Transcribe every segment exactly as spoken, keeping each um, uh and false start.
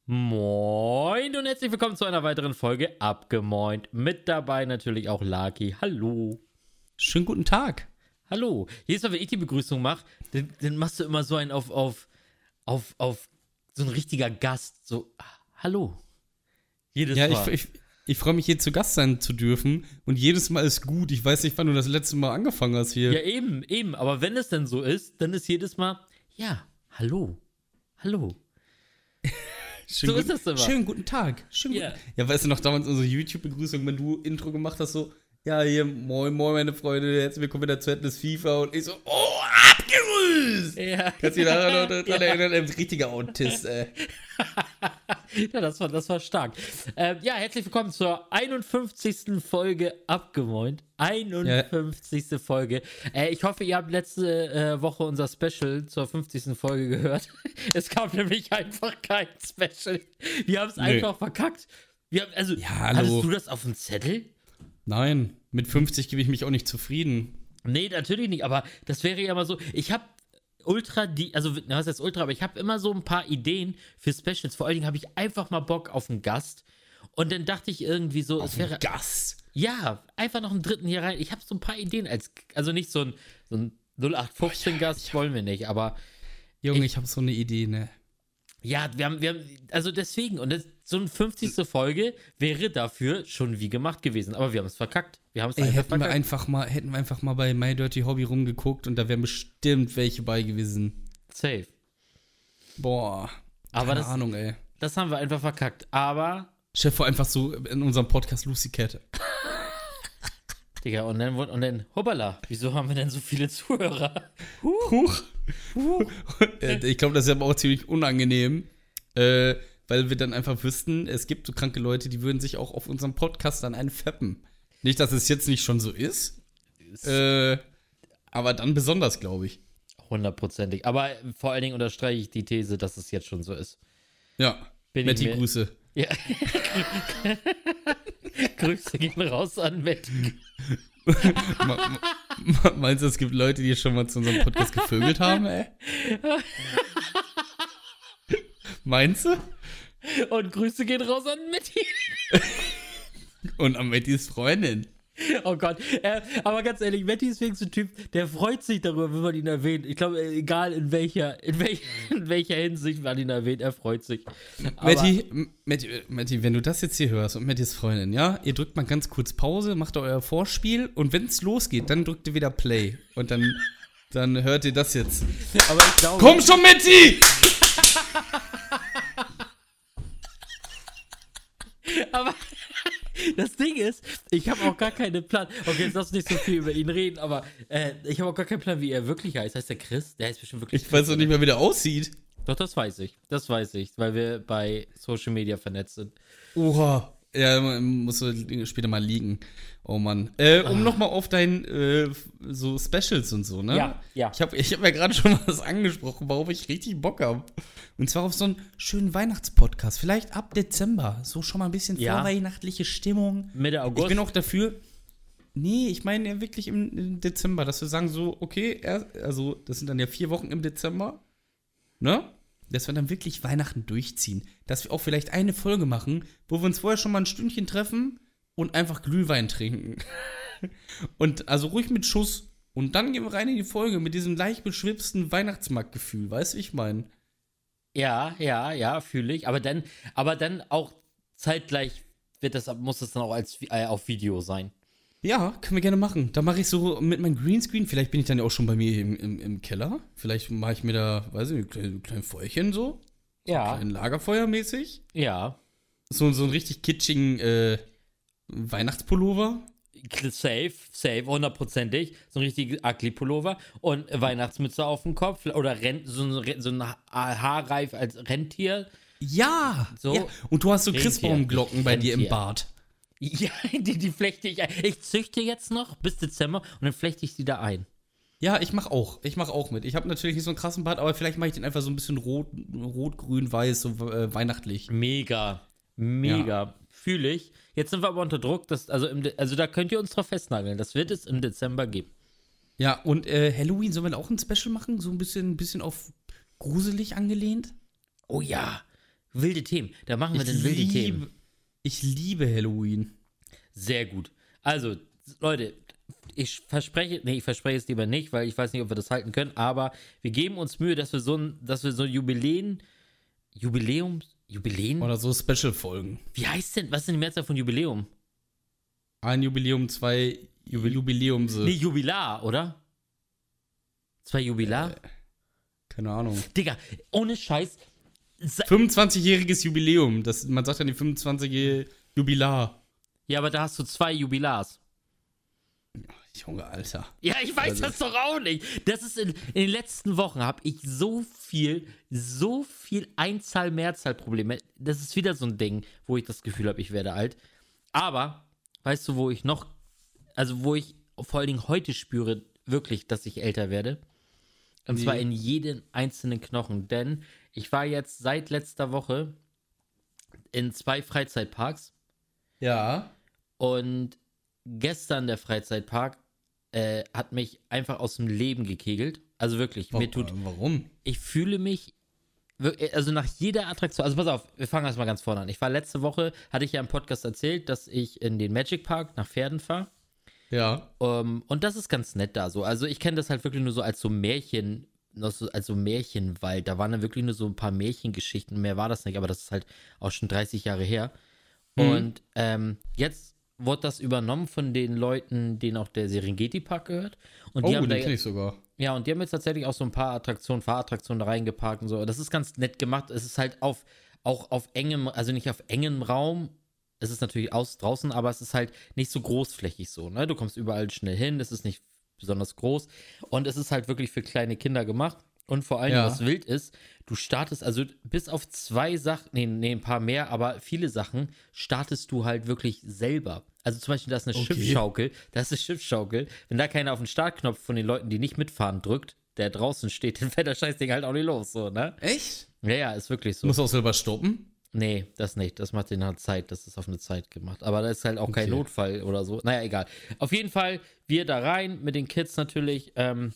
Moin und herzlich willkommen zu einer weiteren Folge Abgemoint. Mit dabei natürlich auch Laki. Hallo. Schönen guten Tag. Hallo. Jedes Mal, wenn ich die Begrüßung mache, dann, dann machst du immer so einen auf, auf, auf, auf so ein richtiger Gast. So, hallo. Jedes ja, Mal. Ja, ich, ich, ich freue mich, hier zu Gast sein zu dürfen. Und jedes Mal ist gut. Ich weiß nicht, wann du das letzte Mal angefangen hast hier. Ja, eben, eben. Aber wenn es denn so ist, dann ist jedes Mal, ja, hallo. Hallo. Schön so gut, ist das immer. Schönen guten Tag. Schönen Ja. guten, ja, weißt du noch damals unsere YouTube-Begrüßung, wenn du Intro gemacht hast, so, ja, hier, moin, moin, meine Freunde, herzlich willkommen wieder zu Atlas FIFA. Und ich so, oh, abgegrüßt. Ja. Kannst du dich daran noch dran erinnern? Ein richtiger Autist, ey. Ja, das war, das war stark. Ähm, ja, herzlich willkommen zur einundfünfzigsten Folge Abgemoint. einundfünfzigste Ja. Folge. Äh, ich hoffe, ihr habt letzte äh, Woche unser Special zur fünfzigsten Folge gehört. Es gab nämlich einfach kein Special. Wir haben es Nee. einfach verkackt. Wir haben, also, Ja, hallo. hattest du das auf dem Zettel? Nein, mit fünfzig gebe ich mich auch nicht zufrieden. Nee, natürlich nicht, aber das wäre ja mal so, ich habe ultra, die, also was heißt ultra, aber ich habe immer so ein paar Ideen für Specials, vor allen Dingen habe ich einfach mal Bock auf einen Gast und dann dachte ich irgendwie so, Auf es wäre, Gast. ja, einfach noch einen dritten hier rein, ich habe so ein paar Ideen als, also nicht so ein, so ein null acht fünfzehn Gast wollen wir nicht, aber Junge, Ich- ich, ich habe so eine Idee, ne? ja, wir haben, wir haben, also deswegen, und das, so eine fünfzigste Folge wäre dafür schon wie gemacht gewesen, aber wir haben es verkackt, wir haben es Ey, einfach hätten wir verkackt. einfach mal, hätten wir einfach mal bei My Dirty Hobby rumgeguckt und da wären bestimmt welche bei gewesen. Safe. Boah. Aber keine das- Ahnung, ey. Das haben wir einfach verkackt, aber Chef war einfach so in unserem Podcast Lucy Cat. Digga, und dann, und dann, hoppala, wieso haben wir denn so viele Zuhörer? Huch. Äh, ich glaube, das ist aber auch ziemlich unangenehm, äh, weil wir dann einfach wüssten, es gibt so kranke Leute, die würden sich auch auf unserem Podcast dann einen feppen. Nicht, dass es jetzt nicht schon so ist, äh, aber dann besonders, glaube ich. Hundertprozentig. Aber vor allen Dingen unterstreiche ich die These, dass es jetzt schon so ist. Ja, Bin ich Matti, mir- Grüße. Ja. Grüße gehen raus an Matt. Ma- ma- Meinst du, es gibt Leute, die schon mal zu unserem Podcast gevögelt haben, ey? Meinst du? Und Grüße gehen raus an Matti. Und an Mattis Freundin. Oh Gott. Äh, aber ganz ehrlich, Matti ist wenigstens ein Typ, der freut sich darüber, wenn man ihn erwähnt. Ich glaube, egal in welcher, in, welch, in welcher Hinsicht man ihn erwähnt, er freut sich. Aber- Matti, M- Matti, Matti, wenn du das jetzt hier hörst und Mattis Freundin, ja, ihr drückt mal ganz kurz Pause, macht euer Vorspiel und wenn es losgeht, dann drückt ihr wieder Play und dann, dann hört ihr das jetzt. Aber ich glaube. Komm schon, Matti! Aber das Ding ist, ich habe auch gar keinen Plan. Okay, jetzt lass nicht so viel über ihn reden, aber äh, ich habe auch gar keinen Plan, wie er wirklich heißt. Heißt der Chris? Der heißt bestimmt wirklich Ich weiß doch nicht mehr, wie der aussieht. Doch, das weiß ich. Das weiß ich, weil wir bei Social Media vernetzt sind. Oha. Ja, muss so später mal liegen. Oh Mann. Äh, um Ah. nochmal auf dein, äh, so Specials und so, ne? Ja, ja. Ich habe ich hab ja gerade schon was angesprochen, worauf ich richtig Bock habe. Und zwar auf so einen schönen Weihnachtspodcast. Vielleicht ab Dezember. So schon mal ein bisschen Ja. vorweihnachtliche Stimmung. Mitte August. Ich bin auch dafür. Nee, ich meine ja wirklich im, im Dezember, dass wir sagen so, okay, er, also das sind dann ja vier Wochen im Dezember, ne? Dass wir dann wirklich Weihnachten durchziehen. Dass wir auch vielleicht eine Folge machen, wo wir uns vorher schon mal ein Stündchen treffen und einfach Glühwein trinken. Und also ruhig mit Schuss. Und dann gehen wir rein in die Folge mit diesem leicht beschwipsten Weihnachtsmarktgefühl. Weißt du, wie ich meine? Ja, ja, ja, fühle ich. Aber dann, aber dann auch zeitgleich wird das, muss das dann auch als äh, auf Video sein. Ja, können wir gerne machen. Da mache ich so mit meinem Greenscreen, vielleicht bin ich dann ja auch schon bei mir im, im, im Keller. Vielleicht mache ich mir da, weiß ich nicht, ein kleines klein Feuerchen so. Ja. Ein Lagerfeuer mäßig. Ja. So, so einen richtig kitschigen äh, Weihnachtspullover. Safe, safe, hundertprozentig. So ein richtig Ugly-Pullover und Weihnachtsmütze auf dem Kopf oder Ren so ein, Re- so ein Ha- Haarreif als Rentier. Ja, So. ja. Und du hast so Rentier. Christbaumglocken bei dir im Rentier. Bad. Ja, die, die flechte ich ein. Ich züchte jetzt noch bis Dezember und dann flechte ich die da ein. Ja, ich mach auch. Ich mach auch mit. Ich habe natürlich nicht so einen krassen Bart, aber vielleicht mache ich den einfach so ein bisschen rot, rot grün, weiß, so äh, weihnachtlich. Mega, mega. Fühle ich. Jetzt sind wir aber unter Druck. Dass, also, im, De- also da könnt ihr uns drauf festnageln. Das wird es im Dezember geben. Ja, und äh, Halloween, sollen wir da auch ein Special machen? So ein bisschen, ein bisschen auf gruselig angelehnt? Oh ja. Wilde Themen. Da machen wir Ich dann wilde liebe, Themen. ich liebe Halloween. Sehr gut. Also, Leute, ich verspreche, nee, ich verspreche es lieber nicht, weil ich weiß nicht, ob wir das halten können, aber wir geben uns Mühe, dass wir so ein, dass wir so Jubiläen, Jubiläum, Jubiläen? Oder so Special-Folgen. Wie heißt denn, was ist denn die Mehrzahl von Jubiläum? Ein Jubiläum, zwei Jubil Jubiläumse. Nee, Jubilar, oder? Zwei Jubilar? Äh, keine Ahnung. Digga, ohne Scheiß. fünfundzwanzigjähriges Jubiläum. Das, man sagt ja nicht fünfundzwanzigjährige Jubilar. Ja, aber da hast du zwei Jubilars. Junge, Alter. Ja, ich weiß Also, das doch auch nicht. Das ist in, in den letzten Wochen habe ich so viel, so viel Einzahl-Mehrzahl-Probleme. Das ist wieder so ein Ding, wo ich das Gefühl habe, ich werde alt. Aber, weißt du, wo ich noch, also wo ich vor allen Dingen heute spüre, wirklich, dass ich älter werde? Und Nee. zwar in jedem einzelnen Knochen. Denn ich war jetzt seit letzter Woche in zwei Freizeitparks. Ja. Und gestern der Freizeitpark äh, hat mich einfach aus dem Leben gekegelt. Also wirklich, Warum? mir tut, Warum? ich fühle mich, wir- also nach jeder Attraktion, also pass auf, wir fangen erstmal ganz vorne an. Ich war letzte Woche, hatte ich ja im Podcast erzählt, dass ich in den Magic Park nach Pferden fahre. Ja. Um, und das ist ganz nett da so. Also ich kenne das halt wirklich nur so als so Märchen, noch so, als so Märchenwald. Da waren dann wirklich nur so ein paar Märchengeschichten. Mehr war das nicht, aber das ist halt auch schon dreißig Jahre her. Mhm. Und ähm, jetzt wurde das übernommen von den Leuten, denen auch der Serengeti-Park gehört. Und Oh, die haben den da, kenne ich sogar. ja, und die haben jetzt tatsächlich auch so ein paar Attraktionen, Fahrattraktionen da reingeparkt und so. Das ist ganz nett gemacht. Es ist halt auf, auch auf engem, also nicht auf engem Raum. Es ist natürlich aus draußen, aber es ist halt nicht so großflächig so, ne? Du kommst überall schnell hin, es ist nicht besonders groß und es ist halt wirklich für kleine Kinder gemacht. Und vor allem, Ja. was wild ist, du startest, also bis auf zwei Sachen, nee, nee, ein paar mehr, aber viele Sachen startest du halt wirklich selber. Also zum Beispiel, da ist eine Okay. Schiffsschaukel, da ist eine Schiffsschaukel. Wenn da keiner auf den Startknopf von den Leuten, die nicht mitfahren, drückt, der draußen steht, dann fährt das Scheißding halt auch nicht los, so, ne? Echt? Ja, ja, ist wirklich so. Muss auch selber stoppen? Nee, das nicht. Das macht den halt Zeit. Das ist auf eine Zeit gemacht. Aber da ist halt auch kein Okay. Notfall oder so. Naja, egal. Auf jeden Fall, wir da rein mit den Kids natürlich. Ähm,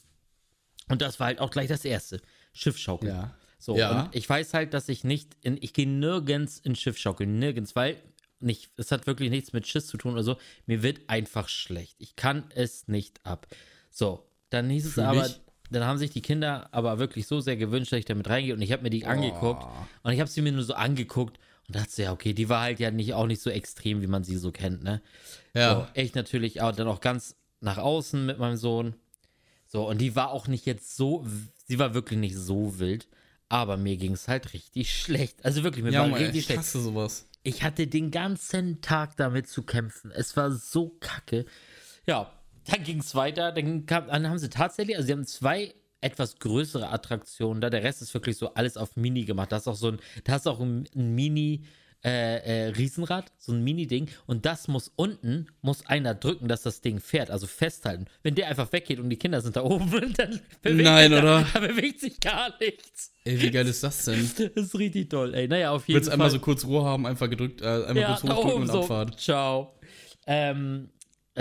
und das war halt auch gleich das erste. Schiffschaukeln. Ja. So, Ja. und ich weiß halt, dass ich nicht in, ich gehe nirgends in Schiffschaukeln. Nirgends, weil nicht, es hat wirklich nichts mit Schiss zu tun oder so. Mir wird einfach schlecht. Ich kann es nicht ab. So, dann hieß es Fühl aber, ich. dann haben sich die Kinder aber wirklich so sehr gewünscht, dass ich damit reingehe. Und ich habe mir die angeguckt. Und ich habe sie mir nur so angeguckt und dachte so, ja, okay, die war halt ja nicht, auch nicht so extrem, wie man sie so kennt, ne? Ja. So, ich natürlich auch dann auch ganz nach außen mit meinem Sohn. So, und die war auch nicht jetzt so, sie war wirklich nicht so wild, aber mir ging es halt richtig schlecht. Also wirklich, mir Ja, war Mann, richtig ich schlecht. hasse sowas. Ich hatte den ganzen Tag damit zu kämpfen. Es war so kacke. Ja, dann ging es weiter. Dann, kam, dann haben sie tatsächlich, also sie haben zwei etwas größere Attraktionen da. Der Rest ist wirklich so alles auf Mini gemacht. Da ist auch so ein, da ist auch ein, ein Mini äh, äh, Riesenrad, so ein Mini-Ding. Und das muss unten, muss einer drücken, dass das Ding fährt, also festhalten. Wenn der einfach weggeht und die Kinder sind da oben, dann bewegt Nein, sich oder? Da, da bewegt sich gar nichts. Ey, wie geil ist das denn? Das ist richtig toll, ey. Naja, auf Du jeden willst Fall. einmal so kurz Ruhe haben, einfach gedrückt, äh, einmal kurz da hochdrücken oben und so. Abfahrt. Ciao. Ähm,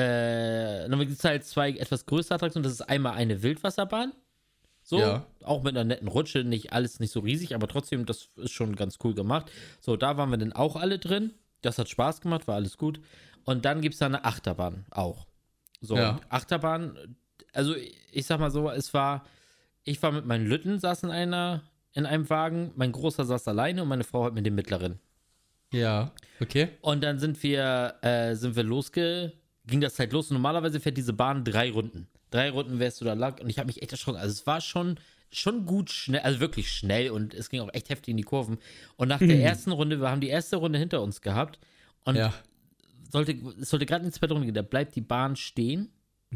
äh, dann gibt es halt zwei etwas größere Attraktionen. Das ist einmal eine Wildwasserbahn. So, Ja. auch mit einer netten Rutsche. Nicht alles nicht so riesig, aber trotzdem, das ist schon ganz cool gemacht. So, da waren wir dann auch alle drin. Das hat Spaß gemacht, war alles gut. Und dann gibt es da eine Achterbahn auch. So, Ja. und Achterbahn, also ich sag mal so, es war, ich war mit meinen Lütten, saß in einer, in einem Wagen, mein Großer saß alleine und meine Frau halt mit dem Mittleren. Ja, okay. Und dann sind wir, äh, sind wir losge, ging das halt los. Und normalerweise fährt diese Bahn drei Runden. Drei Runden wärst du da lang. Und ich habe mich echt erschrocken. Also es war schon, schon gut schnell, also wirklich schnell. Und es ging auch echt heftig in die Kurven. Und nach der ersten Runde, wir haben die erste Runde hinter uns gehabt. Und Ja. sollte, es sollte gerade in die zweite Runde gehen. Da bleibt die Bahn stehen.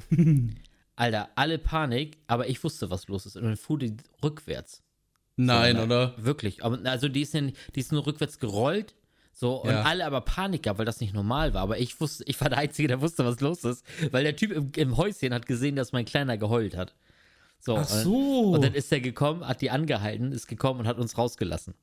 Alter, alle Panik. Aber ich wusste, was los ist. Und dann fuhr die rückwärts. Nein, So, oder? Wirklich. Aber, also die ist, ja, die ist nur rückwärts gerollt. So, und Ja. alle aber Panik gehabt, weil das nicht normal war. Aber ich wusste, ich war der Einzige, der wusste, was los ist. Weil der Typ im, im Häuschen hat gesehen, dass mein Kleiner geheult hat. So, Ach so. Und, und dann ist er gekommen, hat die angehalten, ist gekommen und hat uns rausgelassen.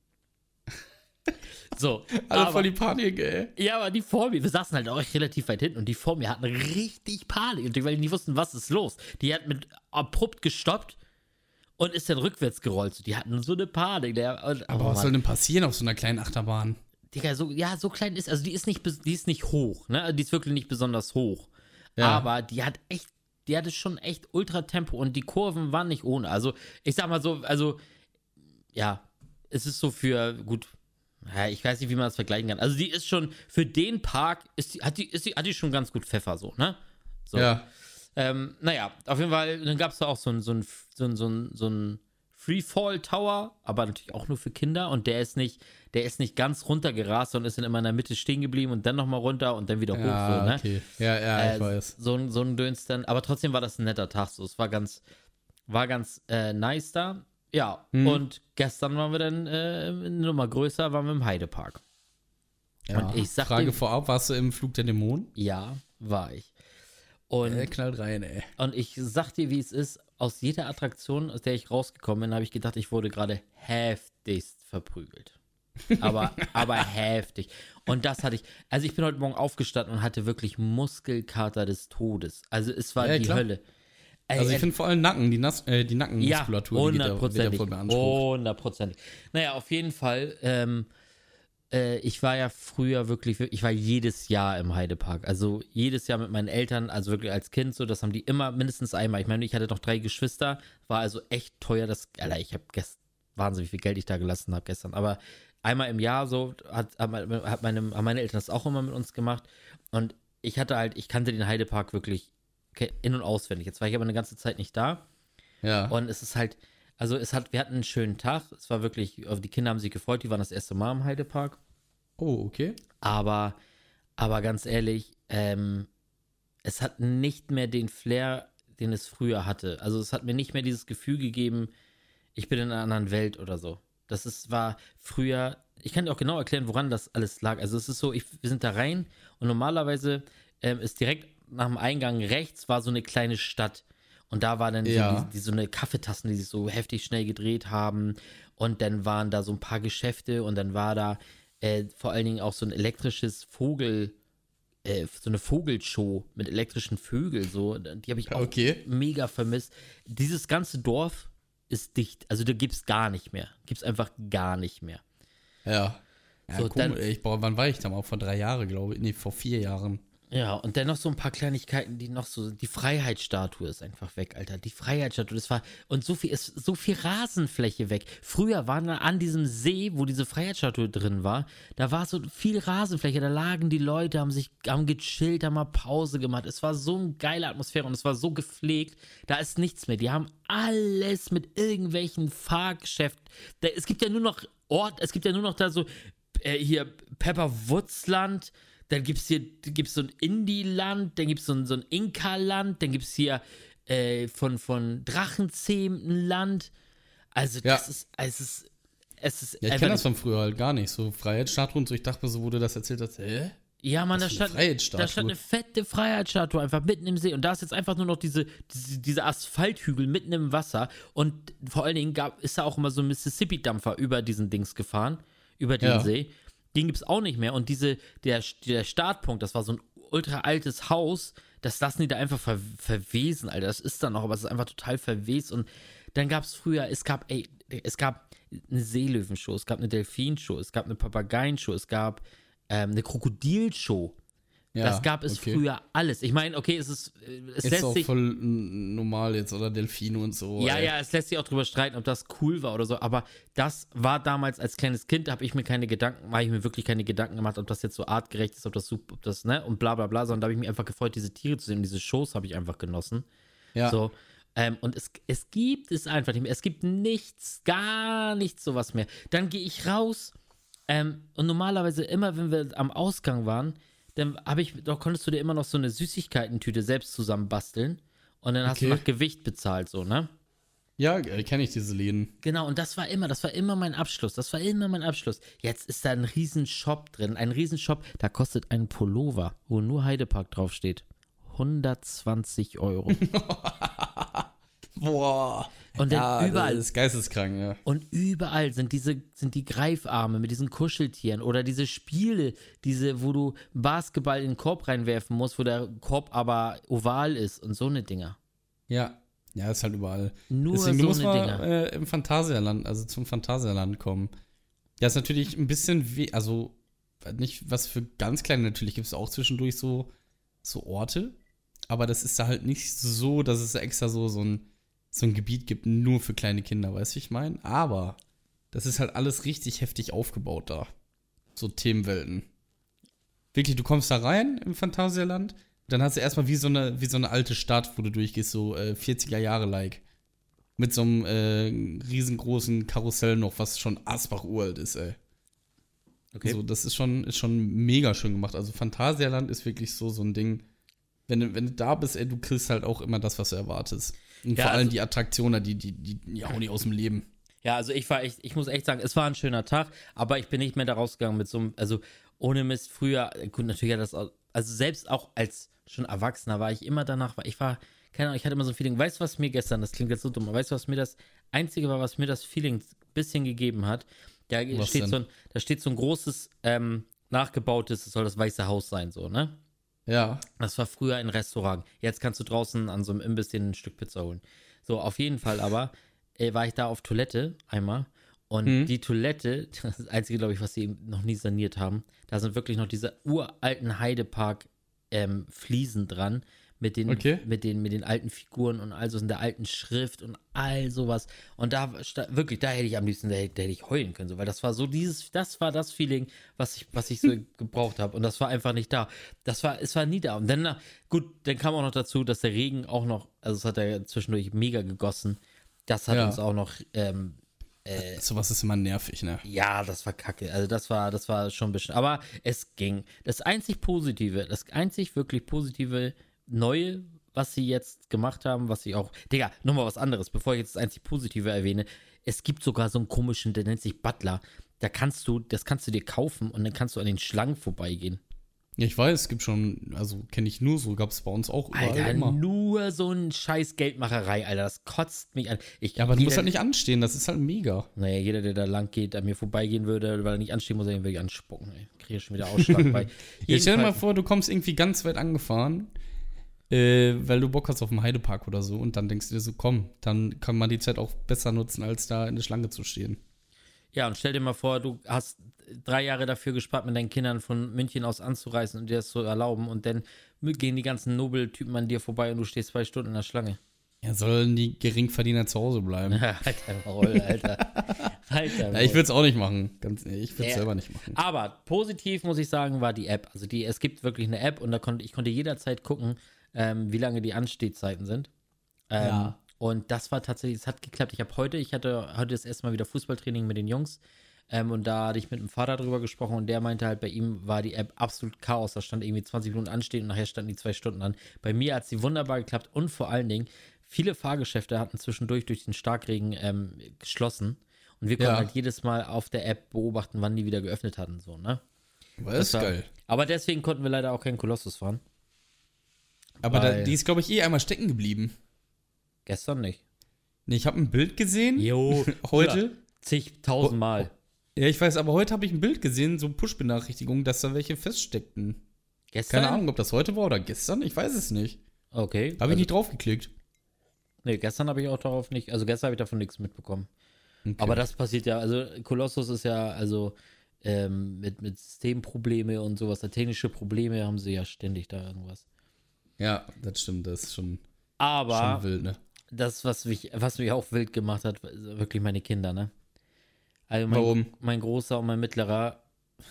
So. Alle aber, voll die Panik, ey. ja, aber die vor mir, wir saßen halt auch relativ weit hinten und die vor mir hatten richtig Panik, weil die nicht wussten, was ist los. Die hat mit abrupt gestoppt und ist dann rückwärts gerollt. Die hatten so eine Panik. Der, und, Aber oh, was Mann. soll denn passieren auf so einer kleinen Achterbahn? Digga, so, ja, so klein ist, also die ist nicht, die ist nicht hoch, ne? Die ist wirklich nicht besonders hoch. Ja. Aber die hat echt, die hatte schon echt Ultratempo und die Kurven waren nicht ohne. Also, ich sag mal so, also, ja, es ist so für, gut, ja, ich weiß nicht, wie man das vergleichen kann. Also, die ist schon, für den Park, ist die, hat, die, ist die, hat die schon ganz gut Pfeffer, so, ne? So. Ja. Ähm, naja, auf jeden Fall, dann gab es da auch so ein, so ein, so ein, so ein, so ein Freefall Tower, aber natürlich auch nur für Kinder und der ist nicht, der ist nicht ganz runtergerast, sondern ist dann immer in der Mitte stehen geblieben und dann nochmal runter und dann wieder hoch, Ja, so, ne? okay. Ja, ja, ich äh, weiß. So, ein- so ein Döns dann, aber trotzdem war das ein netter Tag, so, es war ganz, war ganz äh, nice da. Ja, Hm. und gestern waren wir dann äh, eine Nummer größer, waren wir im Heidepark. Ja. Und ich sag Frage dir- vorab, warst du im Flug der Dämonen? Ja, war ich. Und Er knallt rein, ey. Und ich sag dir, wie es ist, aus jeder Attraktion, aus der ich rausgekommen bin, habe ich gedacht, ich wurde gerade heftigst verprügelt. Aber, aber heftig. Und das hatte ich, also ich bin heute Morgen aufgestanden und hatte wirklich Muskelkater des Todes. Also es war Ja, die klar. Hölle. Ey, Also ich ey, finde vor allem Nacken, die, Nas äh, die ja, Nackenmuskulatur, die geht da, wird da hundertprozentig. voll beansprucht. Hundertprozentig. Naja, auf jeden Fall, ähm, äh, ich war ja früher wirklich, ich war jedes Jahr im Heidepark. Also jedes Jahr mit meinen Eltern, also wirklich als Kind so, das haben die immer mindestens einmal. Ich meine, ich hatte noch drei Geschwister, war also echt teuer. Das, Alter, ich habe gestern, Wahnsinn, wie viel Geld ich da gelassen habe gestern. Aber einmal im Jahr so hat, hat, meine, hat meine, haben meine Eltern das auch immer mit uns gemacht. Und ich hatte halt, ich kannte den Heidepark wirklich in- und auswendig. Jetzt war ich aber eine ganze Zeit nicht da. Ja. Und es ist halt, also es hat, wir hatten einen schönen Tag. Es war wirklich, die Kinder haben sich gefreut, die waren das erste Mal im Heidepark. Oh, okay. Aber, aber ganz ehrlich, ähm, es hat nicht mehr den Flair, den es früher hatte. Also es hat mir nicht mehr dieses Gefühl gegeben, ich bin in einer anderen Welt oder so. Das ist, war früher, ich kann dir auch genau erklären, woran das alles lag. Also es ist so, ich, wir sind da rein und normalerweise ähm, ist direkt nach dem Eingang rechts war so eine kleine Stadt. Und da war dann Ja. so, die, die, so eine Kaffeetassen, die sich so heftig schnell gedreht haben. Und dann waren da so ein paar Geschäfte und dann war da äh, vor allen Dingen auch so ein elektrisches Vogel, äh, so eine Vogelshow mit elektrischen Vögeln. So. Die habe ich auch Okay. mega vermisst. Dieses ganze Dorf ist dicht. Also da gibt es gar nicht mehr. Gibt es einfach gar nicht mehr. Ja. Ja, So, cool. dann- ich, boah, wann war ich da mal? Vor drei Jahren, glaube ich. Nee, vor vier Jahren. Ja, und dann noch so ein paar Kleinigkeiten, die noch so, die Freiheitsstatue ist einfach weg, Alter. Die Freiheitsstatue, das war, und so viel ist, so viel Rasenfläche weg. Früher waren da an diesem See, wo diese Freiheitsstatue drin war, da war so viel Rasenfläche, da lagen die Leute, haben sich, haben gechillt, haben mal Pause gemacht. Es war so eine geile Atmosphäre und es war so gepflegt, da ist nichts mehr. Die haben alles mit irgendwelchen Fahrgeschäften. Da, es gibt ja nur noch Ort, es gibt ja nur noch da so, äh, hier Pepperwoodsland. Dann gibt es hier gibt's so ein Indie-Land, dann gibt es so ein, so ein Inka-Land, dann gibt es hier äh, von, von Drachenzähmen ein Land. Also Ja. das ist, es ist, es ist Ja, ich einfach kenne das nicht- von früher halt gar nicht. So Freiheitsstatuen und so. Ich dachte mir so, wo du das erzählt hast, hä? Ja, Mann, da Was für eine stand, Freiheitsstatue? da stand eine fette Freiheitsstatue einfach mitten im See. Und da ist jetzt einfach nur noch diese, diese, diese Asphalthügel mitten im Wasser. Und vor allen Dingen gab, ist da auch immer so ein Mississippi-Dampfer über diesen Dings gefahren, über den Ja. See. Den gibt es auch nicht mehr. Und diese, der, der Startpunkt, das war so ein ultra altes Haus, das lassen die da einfach ver, verwesen, Alter. Das ist da noch, aber es ist einfach total verwest. Und dann gab es früher, es gab, ey, es gab eine Seelöwenshow, es gab eine Delfinshow, es gab eine Papageienshow, es gab ähm, eine Krokodilshow. Ja, Das gab es okay. früher alles. Ich meine, okay, es ist, äh, es Ist lässt auch sich, voll n- normal jetzt, oder Delfine und so. ja, ey. ja, es lässt sich auch drüber streiten, ob das cool war oder so, aber das war damals als kleines Kind, da habe ich mir keine Gedanken, habe ich mir wirklich keine Gedanken gemacht, ob das jetzt so artgerecht ist, ob das super, ob das, ne, und bla bla bla, sondern da habe ich mich einfach gefreut, diese Tiere zu sehen, diese Shows habe ich einfach genossen. Ja. So, ähm, und es, es gibt es einfach nicht mehr. Es gibt nichts, gar nichts sowas mehr. Dann gehe ich raus ähm, und normalerweise immer, wenn wir am Ausgang waren, dann habe ich, doch konntest du dir immer noch so eine Süßigkeitentüte selbst zusammenbasteln und dann hast du Okay. nach Gewicht bezahlt, so, ne? Ja, äh, kenne ich diese Läden. Genau, und das war immer, das war immer mein Abschluss. Das war immer mein Abschluss. Jetzt ist da ein riesen Shop drin, ein riesen Shop, da kostet ein Pullover, wo nur Heidepark draufsteht, hundertzwanzig Euro. Boah. Und dann Ja, überall. das ist geisteskrank, ja. Und überall sind diese, sind die Greifarme mit diesen Kuscheltieren oder diese Spiele, diese, wo du Basketball in den Korb reinwerfen musst, wo der Korb aber oval ist und so eine Dinger. Ja. Ja, ist halt überall. Nur Deswegen, so du musst eine mal Dinger. äh, im Phantasialand, also zum Phantasialand kommen. Ja, ist natürlich ein bisschen wie, also nicht was für ganz kleine, natürlich gibt es auch zwischendurch so, so Orte, aber das ist da halt nicht so, dass es da extra so, so, ein, so ein Gebiet gibt, nur für kleine Kinder, weißt du, wie ich meine? Aber das ist halt alles richtig heftig aufgebaut da. So Themenwelten. Wirklich, du kommst da rein im Phantasialand, dann hast du erstmal wie so eine, wie so eine alte Stadt, wo du durchgehst, so äh, vierziger Jahre like. Mit so einem äh, riesengroßen Karussell noch, was schon Asbach uralt ist, ey. Okay. Also, das ist schon, ist schon mega schön gemacht. Also, Phantasialand ist wirklich so, so ein Ding. Wenn du, wenn du da bist, ey, du kriegst halt auch immer das, was du erwartest. Und ja, vor allem also, die Attraktionen, die, die, die, die hauen nicht aus dem Leben. Ja, also ich war echt, ich muss echt sagen, es war ein schöner Tag, aber ich bin nicht mehr da rausgegangen mit so einem, also ohne Mist, früher, gut, natürlich hat das, also selbst auch als schon Erwachsener war ich immer danach, weil ich war, keine Ahnung, ich hatte immer so ein Feeling, weißt du, was mir gestern, das klingt jetzt so dumm, aber weißt du, was mir das Einzige war, was mir das Feeling ein bisschen gegeben hat? Da steht, so ein, da steht so ein großes, ähm, nachgebautes, das soll das Weiße Haus sein, so, ne? Ja. Das war früher ein Restaurant. Jetzt kannst du draußen an so einem Imbiss dir ein Stück Pizza holen. So, auf jeden Fall aber äh, war ich da auf Toilette einmal und mhm. die Toilette, das ist das Einzige, glaube ich, was sie noch nie saniert haben, da sind wirklich noch diese uralten Heidepark ähm, Fliesen dran mit den, okay. mit, den, mit den alten Figuren und also in der alten Schrift und all sowas. Und da, wirklich, da hätte ich am liebsten, da hätte, da hätte ich heulen können, so, weil das war so dieses, das war das Feeling, was ich, was ich so gebraucht habe. Und das war einfach nicht da. Das war, es war nie da. Und dann, gut, dann kam auch noch dazu, dass der Regen auch noch, also es hat ja zwischendurch mega gegossen. Das hat ja. uns auch noch, ähm, äh, sowas ist immer nervig, ne? Ja, das war kacke. Also das war, das war schon ein bisschen, aber es ging. Das einzig Positive, das einzig wirklich Positive Neue, was sie jetzt gemacht haben, was sie auch, Digga, nochmal was anderes, bevor ich jetzt das einzig Positive erwähne, es gibt sogar so einen komischen, der nennt sich Butler, da kannst du, das kannst du dir kaufen und dann kannst du an den Schlangen vorbeigehen. Ja, ich weiß, es gibt schon, also kenne ich nur so, gab es bei uns auch überall Alter, immer. Nur so ein scheiß Geldmacherei, Alter, das kotzt mich an. Ich, ja, aber du musst halt nicht anstehen, das ist halt mega. Naja, jeder, der da lang geht, an mir vorbeigehen würde, weil er nicht anstehen muss, er ihn wirklich anspucken, ey. Kriege schon wieder Ausschlag bei. Jetzt stell dir mal vor, du kommst irgendwie ganz weit angefahren, Äh, weil du Bock hast auf dem Heidepark oder so und dann denkst du dir so, komm, dann kann man die Zeit auch besser nutzen, als da in der Schlange zu stehen. Ja, und stell dir mal vor, du hast drei Jahre dafür gespart, mit deinen Kindern von München aus anzureisen und dir das zu erlauben und dann gehen die ganzen Nobeltypen an dir vorbei und du stehst zwei Stunden in der Schlange. Ja, sollen die Geringverdiener zu Hause bleiben? Alter, Roll, Alter. Alter, ja, ich würde es auch nicht machen. Ganz, ich würde es ja. selber nicht machen. Aber positiv, muss ich sagen, war die App. Also die, es gibt wirklich eine App und da konnte ich konnte jederzeit gucken, Ähm, wie lange die Anstehzeiten sind. Ähm, ja. Und das war tatsächlich, es hat geklappt. Ich habe heute, ich hatte heute das erste Mal wieder Fußballtraining mit den Jungs ähm, und da hatte ich mit dem Vater drüber gesprochen und der meinte halt, bei ihm war die App absolut Chaos. Da stand irgendwie zwanzig Minuten anstehen und nachher standen die zwei Stunden an. Bei mir hat sie wunderbar geklappt und vor allen Dingen, viele Fahrgeschäfte hatten zwischendurch durch den Starkregen ähm, geschlossen und wir konnten ja. halt jedes Mal auf der App beobachten, wann die wieder geöffnet hatten. So, ne? Aber das ist war, geil. Aber deswegen konnten wir leider auch keinen Kolossus fahren. Aber da, die ist, glaube ich, eh einmal stecken geblieben. Gestern nicht. Nee, ich habe ein Bild gesehen. Jo. heute. Zigtausendmal. Ja, ich weiß, aber heute habe ich ein Bild gesehen, so Push-Benachrichtigungen, dass da welche feststeckten. Gestern? Keine Ahnung, ob das heute war oder gestern. Ich weiß es nicht. Okay. Habe also, ich nicht draufgeklickt. Nee, gestern habe ich auch darauf nicht, also gestern habe ich davon nichts mitbekommen. Okay. Aber das passiert ja, also Kolossus ist ja, also ähm, mit, mit Systemprobleme und sowas, technische Probleme haben sie ja ständig da irgendwas. Ja, das stimmt, das ist schon, aber schon wild, ne? Das, was mich, was mich auch wild gemacht hat, wirklich meine Kinder, ne? Also mein, Warum? Mein Großer und mein Mittlerer,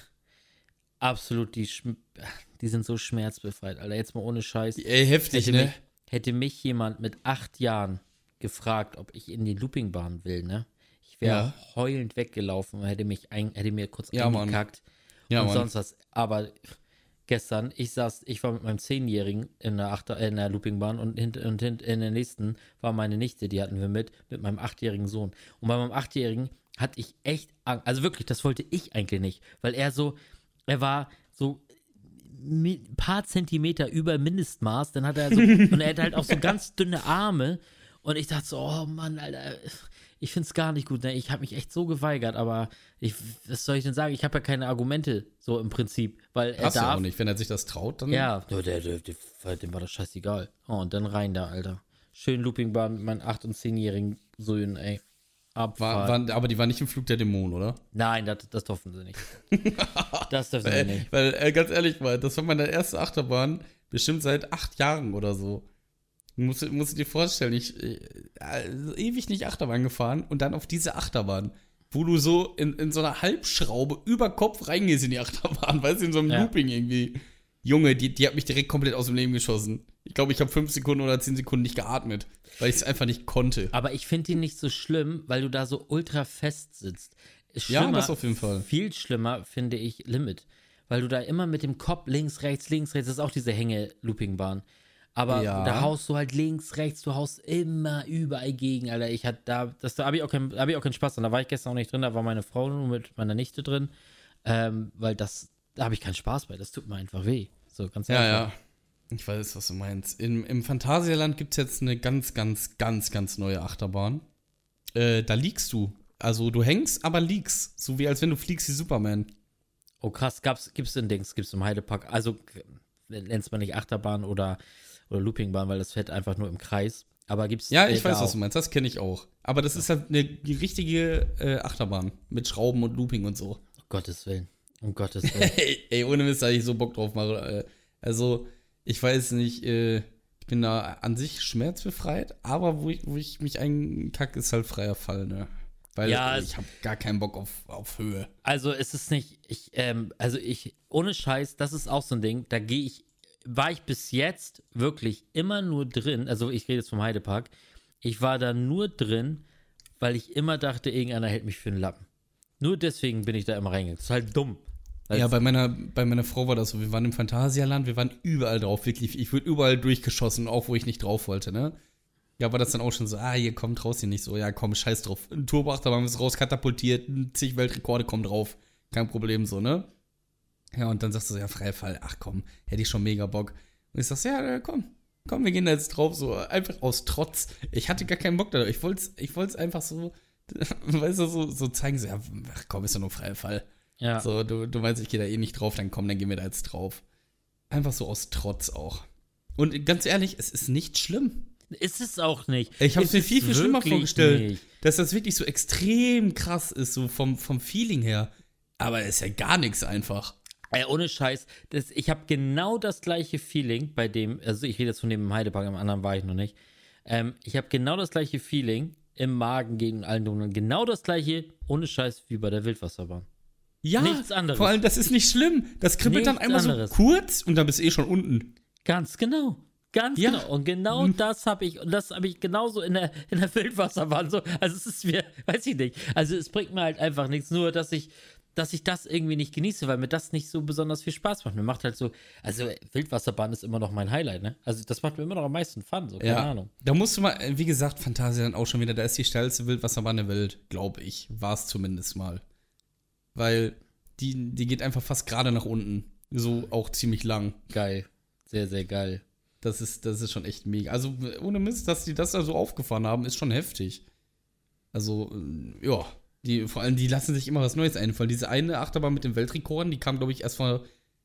absolut, die, die sind so schmerzbefreit, Alter, jetzt mal ohne Scheiß. Ey, heftig, hätte ne? Mich, hätte mich jemand mit acht Jahren gefragt, ob ich in die Loopingbahn will, ne? Ich wäre ja. heulend weggelaufen und hätte mich ein, hätte mir kurz ja, eingekackt ja, und Mann. sonst was, aber gestern, ich saß, ich war mit meinem Zehnjährigen in der, Achter, in der Loopingbahn und, hint, und hint, in der nächsten war meine Nichte, die hatten wir mit, mit meinem achtjährigen Sohn. Und bei meinem achtjährigen hatte ich echt Angst, also wirklich, das wollte ich eigentlich nicht, weil er so, er war so ein paar Zentimeter über Mindestmaß, dann hat er so, und er hat halt auch so ganz dünne Arme und ich dachte so, oh Mann, Alter, ich find's gar nicht gut, ne? Ich habe mich echt so geweigert, aber ich, was soll ich denn sagen? Ich habe ja keine Argumente, so im Prinzip, weil er Hast darf. du auch nicht, wenn er sich das traut, dann. Ja, der, der, der, der, dem war das scheißegal. Oh, und dann rein da, Alter. Schön Loopingbahn mit meinen acht- und zehnjährigen Söhnen, ey. War, war, aber die war nicht im Flug der Dämonen, oder? Nein, das, das durften sie nicht. Das dürfen sie nicht. Weil, äh, ganz ehrlich mal, das war meine erste Achterbahn, bestimmt seit acht Jahren oder so. Musst, musst du dir vorstellen, ich äh, ewig nicht Achterbahn gefahren und dann auf diese Achterbahn, wo du so in, in so einer Halbschraube über Kopf reingehst in die Achterbahn, weißt du, in so einem ja. Looping irgendwie. Junge, die, die hat mich direkt komplett aus dem Leben geschossen. Ich glaube, ich habe fünf Sekunden oder zehn Sekunden nicht geatmet, weil ich es einfach nicht konnte. Aber ich finde die nicht so schlimm, weil du da so ultra fest sitzt. Schlimmer, ja, das auf jeden Fall. Viel schlimmer finde ich Limit, weil du da immer mit dem Kopf links, rechts, links, rechts, das ist auch diese Hänge-Loopingbahn. Aber ja. da haust du halt links, rechts, du haust immer überall gegen, Alter. Ich hatte da, das, da habe ich, auch kein, hab ich auch keinen Spaß dran. Da war ich gestern auch nicht drin, da war meine Frau nur mit meiner Nichte drin. Ähm, weil das, da habe ich keinen Spaß bei. Das tut mir einfach weh. So, ganz ja, ehrlich. ja. Ich weiß, was du meinst. In, Im Phantasialand gibt es jetzt eine ganz, ganz, ganz, ganz neue Achterbahn. Äh, da liegst du. Also du hängst, aber liegst. So wie als wenn du fliegst wie Superman. Oh krass, gab's, gibt's denn Dings, gibt's im Heidepark, also nennt's man nicht Achterbahn oder, oder Loopingbahn, weil das fährt einfach nur im Kreis. Aber gibt's Ja, ich äh, weiß, da was du meinst, das kenne ich auch. Aber das ist halt eine richtige äh, Achterbahn mit Schrauben und Looping und so. Um Gottes Willen, um Gottes Willen. ey, ey, ohne Mist, da ich so Bock drauf mache. Äh, also, ich weiß nicht, äh, ich bin da an sich schmerzbefreit, aber wo ich, wo ich mich einkacke, ist halt freier Fall, ne? Weil ja, ich habe gar keinen Bock auf, auf Höhe. Also es ist nicht, ich, ähm, also ich, ohne Scheiß, das ist auch so ein Ding, da gehe ich, war ich bis jetzt wirklich immer nur drin, also ich rede jetzt vom Heidepark, ich war da nur drin, weil ich immer dachte, irgendeiner hält mich für einen Lappen. Nur deswegen bin ich da immer reingegangen. Das ist halt dumm. Ja, bei meiner, bei meiner Frau war das so, wir waren im Phantasialand, wir waren überall drauf, wirklich, ich wurde überall durchgeschossen, auch wo ich nicht drauf wollte, ne? Ja, war das dann auch schon so, ah, hier, komm, traust dich nicht so, ja, komm, scheiß drauf. Ein Turboachterbahn ist raus, katapultiert, zig Weltrekorde kommen drauf, kein Problem so, ne? Ja, und dann sagst du so, ja, freier Fall, ach komm, hätte ich schon mega Bock. Und ich sag so, ja, komm, komm, wir gehen da jetzt drauf, so, einfach aus Trotz. Ich hatte gar keinen Bock da, ich wollte es ich wollt's einfach so, weißt du, so, so zeigen, so, ja, ach komm, ist doch nur freier Fall. Ja. So, du, du meinst, ich gehe da eh nicht drauf, dann komm, dann gehen wir da jetzt drauf. Einfach so aus Trotz auch. Und ganz ehrlich, es ist nicht schlimm. Ist es auch nicht. Ich habe es mir viel, viel schlimmer vorgestellt, nicht. dass das wirklich so extrem krass ist, so vom, vom Feeling her. Aber es ist ja gar nichts einfach. Ey, ohne Scheiß, das, ich habe genau das gleiche Feeling bei dem, also ich rede jetzt von dem im Heidepark, im anderen war ich noch nicht. Ähm, ich habe genau das gleiche Feeling im Magen gegen allen Dummen. Genau das gleiche, ohne Scheiß, wie bei der Wildwasserbahn. Ja, nichts anderes. Vor allem, das ist nicht schlimm. Das kribbelt Nichts dann einmal anderes. so kurz und dann bist du eh schon unten. Ganz genau. Ganz Ja. genau. Und genau Hm. das habe ich, und das habe ich genauso in der, in der Wildwasserbahn so. Also es ist mir, weiß ich nicht. Also es bringt mir halt einfach nichts, nur dass ich, dass ich das irgendwie nicht genieße, weil mir das nicht so besonders viel Spaß macht. Mir macht halt so, also Wildwasserbahn ist immer noch mein Highlight, ne? Also das macht mir immer noch am meisten Fun, so, keine Ja, Ahnung. da musst du mal, wie gesagt, Phantasialand auch schon wieder, da ist die steilste Wildwasserbahn der Welt, glaube ich. War es zumindest mal. Weil die, die geht einfach fast gerade nach unten. So auch ziemlich lang. Geil. Sehr, sehr geil. Das ist, das ist schon echt mega. Also ohne Mist, dass die das da so aufgefahren haben, ist schon heftig. Also, äh, ja. Die, vor allem, die lassen sich immer was Neues einfallen. Diese eine Achterbahn mit den Weltrekorden, die kam, glaube ich, erst vor,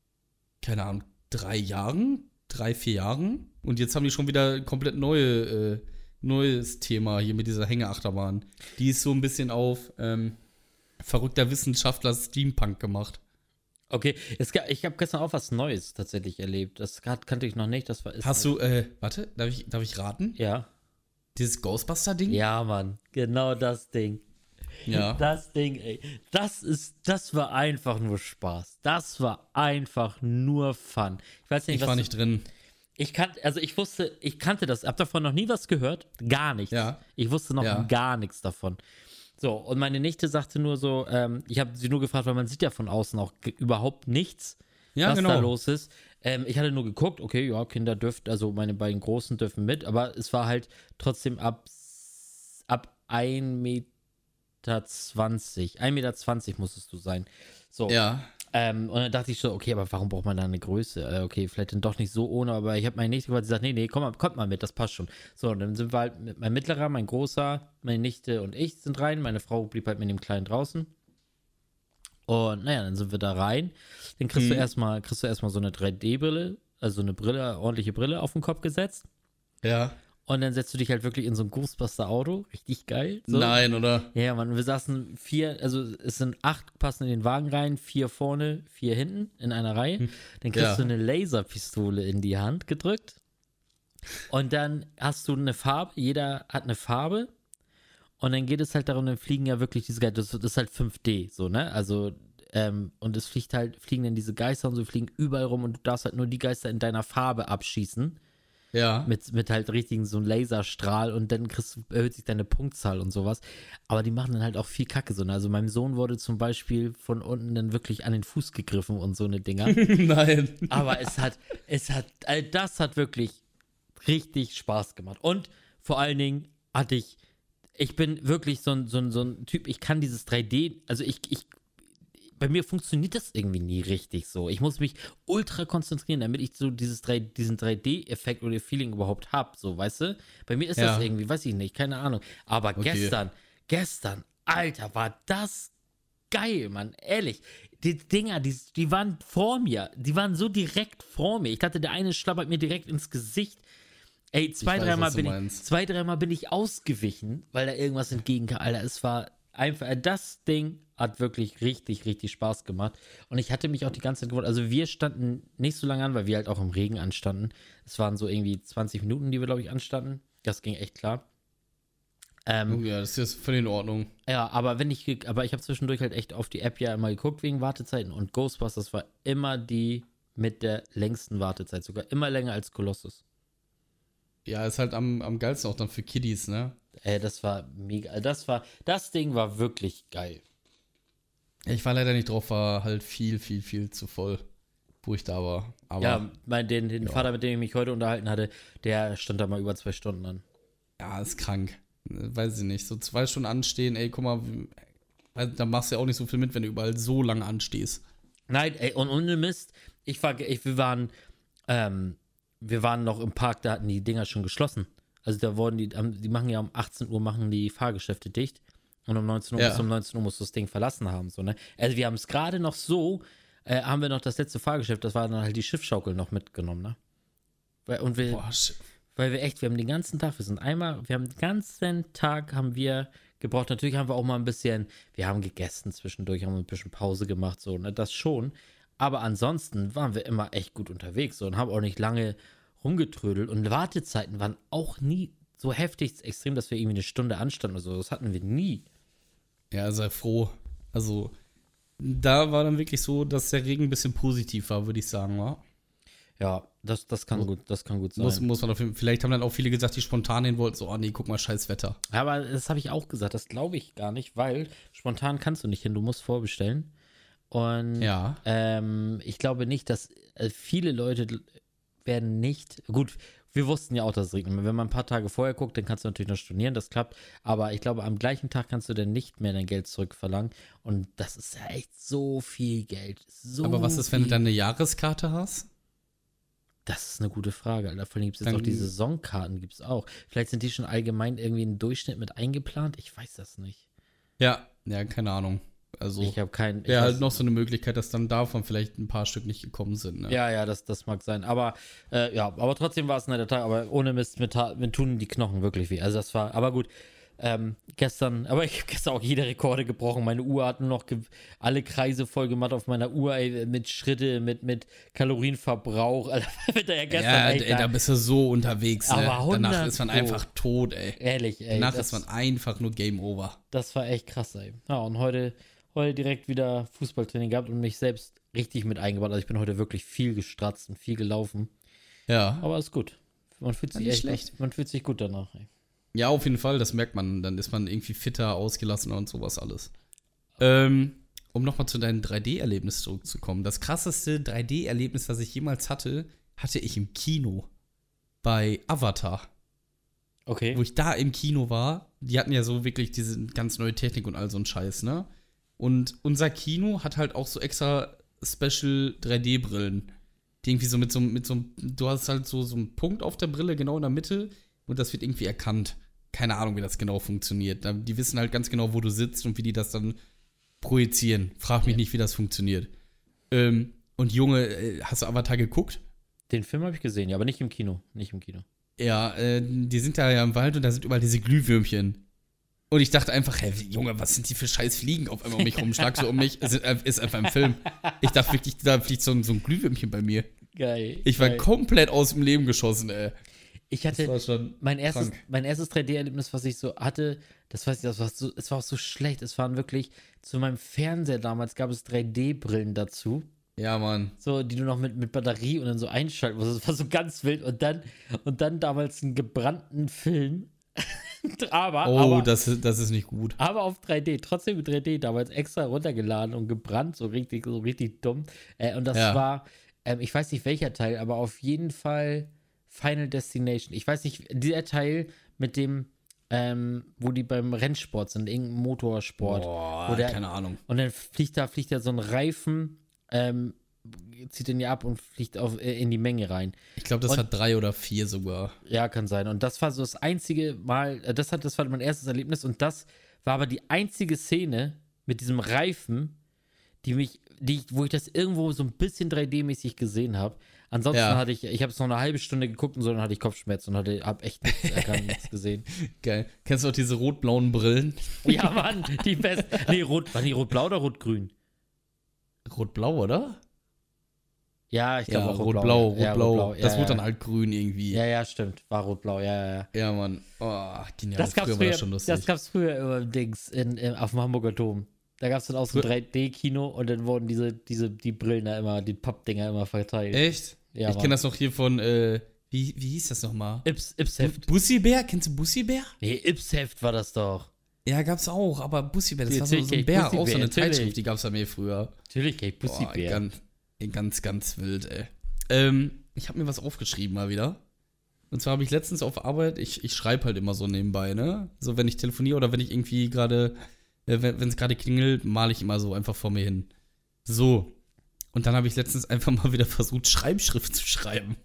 keine Ahnung, drei Jahren, drei, vier Jahren. Und jetzt haben die schon wieder komplett neue, äh, neues Thema hier mit dieser Hängeachterbahn. Die ist so ein bisschen auf ähm, verrückter Wissenschaftler Steampunk gemacht. Okay, es, ga- ich habe gestern auch was Neues tatsächlich erlebt. Das kan- kannte ich noch nicht. Das war, ist, Hast du, äh, warte, darf ich, darf ich raten? Ja. Dieses Ghostbuster-Ding? Ja, Mann. Genau das Ding. Ja. Das Ding, ey. Das ist, das war einfach nur Spaß. Das war einfach nur Fun. Ich weiß nicht, Ich was war du- nicht drin. Ich kannte, also ich wusste, ich kannte das, hab davon noch nie was gehört, gar nichts. Ja. Ich wusste noch Ja. gar nichts davon. So, und meine Nichte sagte nur so, ähm, ich habe sie nur gefragt, weil man sieht ja von außen auch ge- überhaupt nichts, Ja, was genau. da los ist. Ähm, ich hatte nur geguckt, okay, ja, Kinder dürfen, also meine beiden Großen dürfen mit, aber es war halt trotzdem ab, ab ein Meter zwanzig, ein Meter zwanzig musstest du sein. So. Ja. Ähm, und dann dachte ich so, okay, aber warum braucht man da eine Größe? Äh, okay, vielleicht dann doch nicht so ohne, aber ich habe meine Nichte gefragt, sie sagt, nee, nee, komm mal, kommt mal mit, das passt schon. So, und dann sind wir halt mit mein Mittlerer, mein Großer, meine Nichte und ich sind rein, meine Frau blieb halt mit dem Kleinen draußen. Und naja, dann sind wir da rein. Dann kriegst du Mhm. erstmal, kriegst du erstmal so eine drei D-Brille, also eine Brille, ordentliche Brille auf den Kopf gesetzt. Ja. Und dann setzt du dich halt wirklich in so ein Ghostbuster-Auto. Richtig geil. So. Nein, oder? Ja, Mann, wir saßen vier, also es sind acht passen in den Wagen rein, vier vorne, vier hinten in einer Reihe. Hm. Dann kriegst Ja. du eine Laserpistole in die Hand gedrückt. Und dann hast du eine Farbe, jeder hat eine Farbe. Und dann geht es halt darum, dann fliegen ja wirklich diese Geister, das, das ist halt fünf D, so, ne? Also, ähm, und es fliegt halt, fliegen dann diese Geister und so, fliegen überall rum und du darfst halt nur die Geister in deiner Farbe abschießen. Ja. Mit, mit halt richtigen so einem Laserstrahl und dann kriegst, du- erhöht sich deine Punktzahl und sowas. Aber die machen dann halt auch viel Kacke. So, ne? Also meinem Sohn wurde zum Beispiel von unten dann wirklich an den Fuß gegriffen und so eine Dinger. Nein. Aber es hat, es hat, all das hat wirklich richtig Spaß gemacht. Und vor allen Dingen hatte ich, ich bin wirklich so ein, so ein, so ein Typ, ich kann dieses drei D, also ich, ich, bei mir funktioniert das irgendwie nie richtig so. Ich muss mich ultra konzentrieren, damit ich so dieses drei, diesen drei D-Effekt oder Feeling überhaupt habe, so, weißt du? Bei mir ist Ja. das irgendwie, weiß ich nicht, keine Ahnung. Aber Okay. gestern, gestern, Alter, war das geil, Mann, ehrlich. Die Dinger, die, die waren vor mir, die waren so direkt vor mir. Ich dachte, der eine schlappert mir direkt ins Gesicht. Ey, zwei, Ich weiß, dreimal was du bin ich, meinst. zwei, dreimal bin ich ausgewichen, weil da irgendwas entgegenkam. Alter, es war einfach, das Ding hat wirklich richtig, richtig Spaß gemacht. Und ich hatte mich auch die ganze Zeit gewundert. Also wir standen nicht so lange an, weil wir halt auch im Regen anstanden. Es waren so irgendwie zwanzig Minuten, die wir, glaube ich, anstanden. Das ging echt klar. Ähm, Oh ja, das ist völlig in Ordnung. ja, aber wenn ich, ge- aber ich habe zwischendurch halt echt auf die App ja immer geguckt wegen Wartezeiten und Ghostbusters war immer die mit der längsten Wartezeit, sogar immer länger als Colossus. Ja, ist halt am, am geilsten auch dann für Kiddies, ne? Ey, das war mega, das war, das Ding war wirklich geil. Ich war leider nicht drauf, war halt viel, viel, viel zu voll, wo ich da war. Aber Ja, mein, den, den ja. Vater, mit dem ich mich heute unterhalten hatte, der stand da mal über zwei Stunden an. ja, ist krank. Weiß ich nicht. So zwei Stunden anstehen, ey, guck mal, wie- da machst du ja auch nicht so viel mit, wenn du überall so lange anstehst. Nein, ey, und ohne Mist, ich war, ich, wir waren, ähm, wir waren noch im Park, da hatten die Dinger schon geschlossen. Also da wurden die, am- die machen ja um achtzehn Uhr machen die Fahrgeschäfte dicht und um neunzehn Uhr, Ja. bis um neunzehn Uhr musst du das Ding verlassen haben, so, ne? Also wir haben es gerade noch so, äh, haben wir noch das letzte Fahrgeschäft, das war dann halt die Schiffschaukel noch mitgenommen, ne? Weil, und wir, Boah, shit. Weil wir echt, wir haben den ganzen Tag, wir sind einmal, wir haben den ganzen Tag haben wir gebraucht. Natürlich haben wir auch mal ein bisschen, wir haben gegessen zwischendurch, haben ein bisschen Pause gemacht, so, ne, das schon. Aber ansonsten waren wir immer echt gut unterwegs, so, und haben auch nicht lange rumgetrödelt. Und Wartezeiten waren auch nie so heftig extrem, dass wir irgendwie eine Stunde anstanden oder so. Das hatten wir nie. Ja, sei froh. Also, da war dann wirklich so, dass der Regen ein bisschen positiv war, würde ich sagen, wa? Ja, das, das kann gut, das kann gut sein. Muss, muss man auf jeden Fall, vielleicht haben dann auch viele gesagt, die spontan hin wollten, so, oh nee, guck mal, scheiß Wetter. Ja, aber das habe ich auch gesagt, das glaube ich gar nicht, weil spontan kannst du nicht hin, du musst vorbestellen. Und Ja. ähm, ich glaube nicht, dass äh, viele Leute werden nicht, gut, wir wussten ja auch, dass es regnet. Wenn man ein paar Tage vorher guckt, dann kannst du natürlich noch stornieren, das klappt. Aber ich glaube, am gleichen Tag kannst du dann nicht mehr dein Geld zurückverlangen. Und das ist ja echt so viel Geld. So Aber was ist, wenn du viel. dann eine Jahreskarte hast? Das ist eine gute Frage, Alter. Vor allem gibt es jetzt Dann- auch die Saisonkarten, gibt es auch. Vielleicht sind die schon allgemein irgendwie in den Durchschnitt mit eingeplant. Ich weiß das nicht. Ja. Ja, keine Ahnung. Also, Ich habe keinen. ich wäre weiß- halt noch so eine Möglichkeit, dass dann davon vielleicht ein paar Stück nicht gekommen sind, ne? Ja, ja, das, das mag sein. Aber äh, ja, aber trotzdem war es ein netter Tag. Aber ohne Mist, mir, ta- mir tun die Knochen wirklich weh. Also das war, aber gut. Ähm, gestern, aber ich habe gestern auch jede Rekorde gebrochen. Meine Uhr hat nur noch ge alle Kreise voll gemacht auf meiner Uhr, ey, mit Schritte, mit, mit Kalorienverbrauch. Alter, wird da ja gestern Ja, echt, ey, da bist du so unterwegs, ne? Aber hundert Danach ist man Pro. einfach tot, ey. ehrlich, ey. Danach das, ist man einfach nur Game Over. das war echt krass, ey. Ja, und heute, heute direkt wieder Fußballtraining gehabt und mich selbst richtig mit eingebaut. Also ich bin heute wirklich viel gestratzt und viel gelaufen. Ja. Aber ist gut. Man fühlt Ja, sich nicht echt, schlecht. man fühlt sich gut danach, ey. Ja, auf jeden Fall, das merkt man. Dann ist man irgendwie fitter, ausgelassener und sowas alles. Ähm, um nochmal zu deinem drei D-Erlebnis zurückzukommen. Das krasseste drei D-Erlebnis, was ich jemals hatte, hatte ich im Kino. Bei Avatar. Okay. Wo ich da im Kino war, die hatten ja so wirklich diese ganz neue Technik und all so ein Scheiß, ne? Und unser Kino hat halt auch so extra Special drei D-Brillen. Die irgendwie so mit so, mit so du hast halt so, so einen Punkt auf der Brille, genau in der Mitte, und das wird irgendwie erkannt. Keine Ahnung, wie das genau funktioniert. Die wissen halt ganz genau, wo du sitzt und wie die das dann projizieren. Frag mich Ja. nicht, wie das funktioniert. Ähm, und Junge, äh, hast du Avatar geguckt? Den Film habe ich gesehen, ja, aber nicht im Kino. Nicht im Kino. Ja, äh, die sind da ja im Wald und da sind überall diese Glühwürmchen. Und ich dachte einfach, hä, Junge, was sind die für scheiß Fliegen auf einmal um mich rum? Schlag so um mich. Es ist einfach im Film. Ich dachte wirklich, da fliegt so ein, so ein Glühwürmchen bei mir. Geil. Ich war geil. komplett aus dem Leben geschossen, ey. Ich hatte Das war schon mein erstes, krank. mein erstes drei D-Erlebnis, was ich so hatte, das weiß ich, das war so, es war auch so schlecht. Es waren wirklich, zu meinem Fernseher damals gab es drei D-Brillen dazu. Ja, Mann. So, die du noch mit, mit Batterie und dann so einschalten musst. Das war so ganz wild. Und dann, und dann damals einen gebrannten Film. aber, Oh, aber, das, ist- das ist nicht gut. aber auf drei D. Trotzdem mit drei D. Damals extra runtergeladen und gebrannt. So richtig, so richtig dumm. Äh, und das Ja. war, ähm, ich weiß nicht welcher Teil, aber auf jeden Fall Final Destination. Ich weiß nicht, dieser Teil mit dem, ähm, wo die beim Rennsport sind, irgendein Motorsport. Boah, Wo der- keine Ahnung. Und dann fliegt da, fliegt da so ein Reifen, ähm, zieht den ja ab und fliegt auf, äh, in die Menge rein. Ich glaube, das Und- war drei oder vier sogar. Ja, kann sein. Und das war so das einzige Mal, äh, das hat, das war mein erstes Erlebnis und das war aber die einzige Szene mit diesem Reifen, die mich, die ich, wo ich das irgendwo so ein bisschen drei D-mäßig gesehen habe. Ansonsten Ja. hatte ich, ich habe es noch eine halbe Stunde geguckt und so, dann hatte ich Kopfschmerzen und hatte, hab echt nichts erkannt, nichts gesehen. Geil. Kennst du auch diese rot-blauen Brillen? Ja, Mann, die besten. Nee, rot, war die rot-blau oder rot-grün? Rot-blau, oder? Ja, ich Ja, glaube auch rot-blau, rot-blau. Ja, rot-blau. rot-blau. Ja, Das ja. wurde dann halt grün irgendwie. Ja, ja, stimmt. War rot-blau, ja, ja, ja. Ja, Mann. Oh, genial. Das gab's Früher war früher, das schon lustig. das gab's früher immer im Dings in, in, auf dem Hamburger Dom. Da gab es dann auch so ein Frü- drei D-Kino und dann wurden diese, diese, die Brillen da immer, die Pappdinger immer verteilt. Echt? Ja, ich kenne das noch hier von, äh, wie, wie hieß das nochmal? Ips, Ipsheft. Bussi-Bär? Kennst du Bussi-Bär? Nee, Ipsheft war das doch. Ja, gab's auch, aber Bussi-Bär, das Die war so, so ein natürlich, Bär, auch so Bussi-Bär, eine natürlich. Zeitschrift, die gab's bei mir früher. Natürlich, ey, Boah, Pussybär. ganz, ganz, ganz wild, ey. Ähm, ich habe mir was aufgeschrieben mal wieder. Und zwar habe ich letztens auf Arbeit, ich, ich schreibe halt immer so nebenbei, ne? So, wenn ich telefoniere oder wenn ich irgendwie gerade, äh, wenn es gerade klingelt, male ich immer so einfach vor mir hin. So. Und dann habe ich letztens einfach mal wieder versucht, Schreibschrift zu schreiben.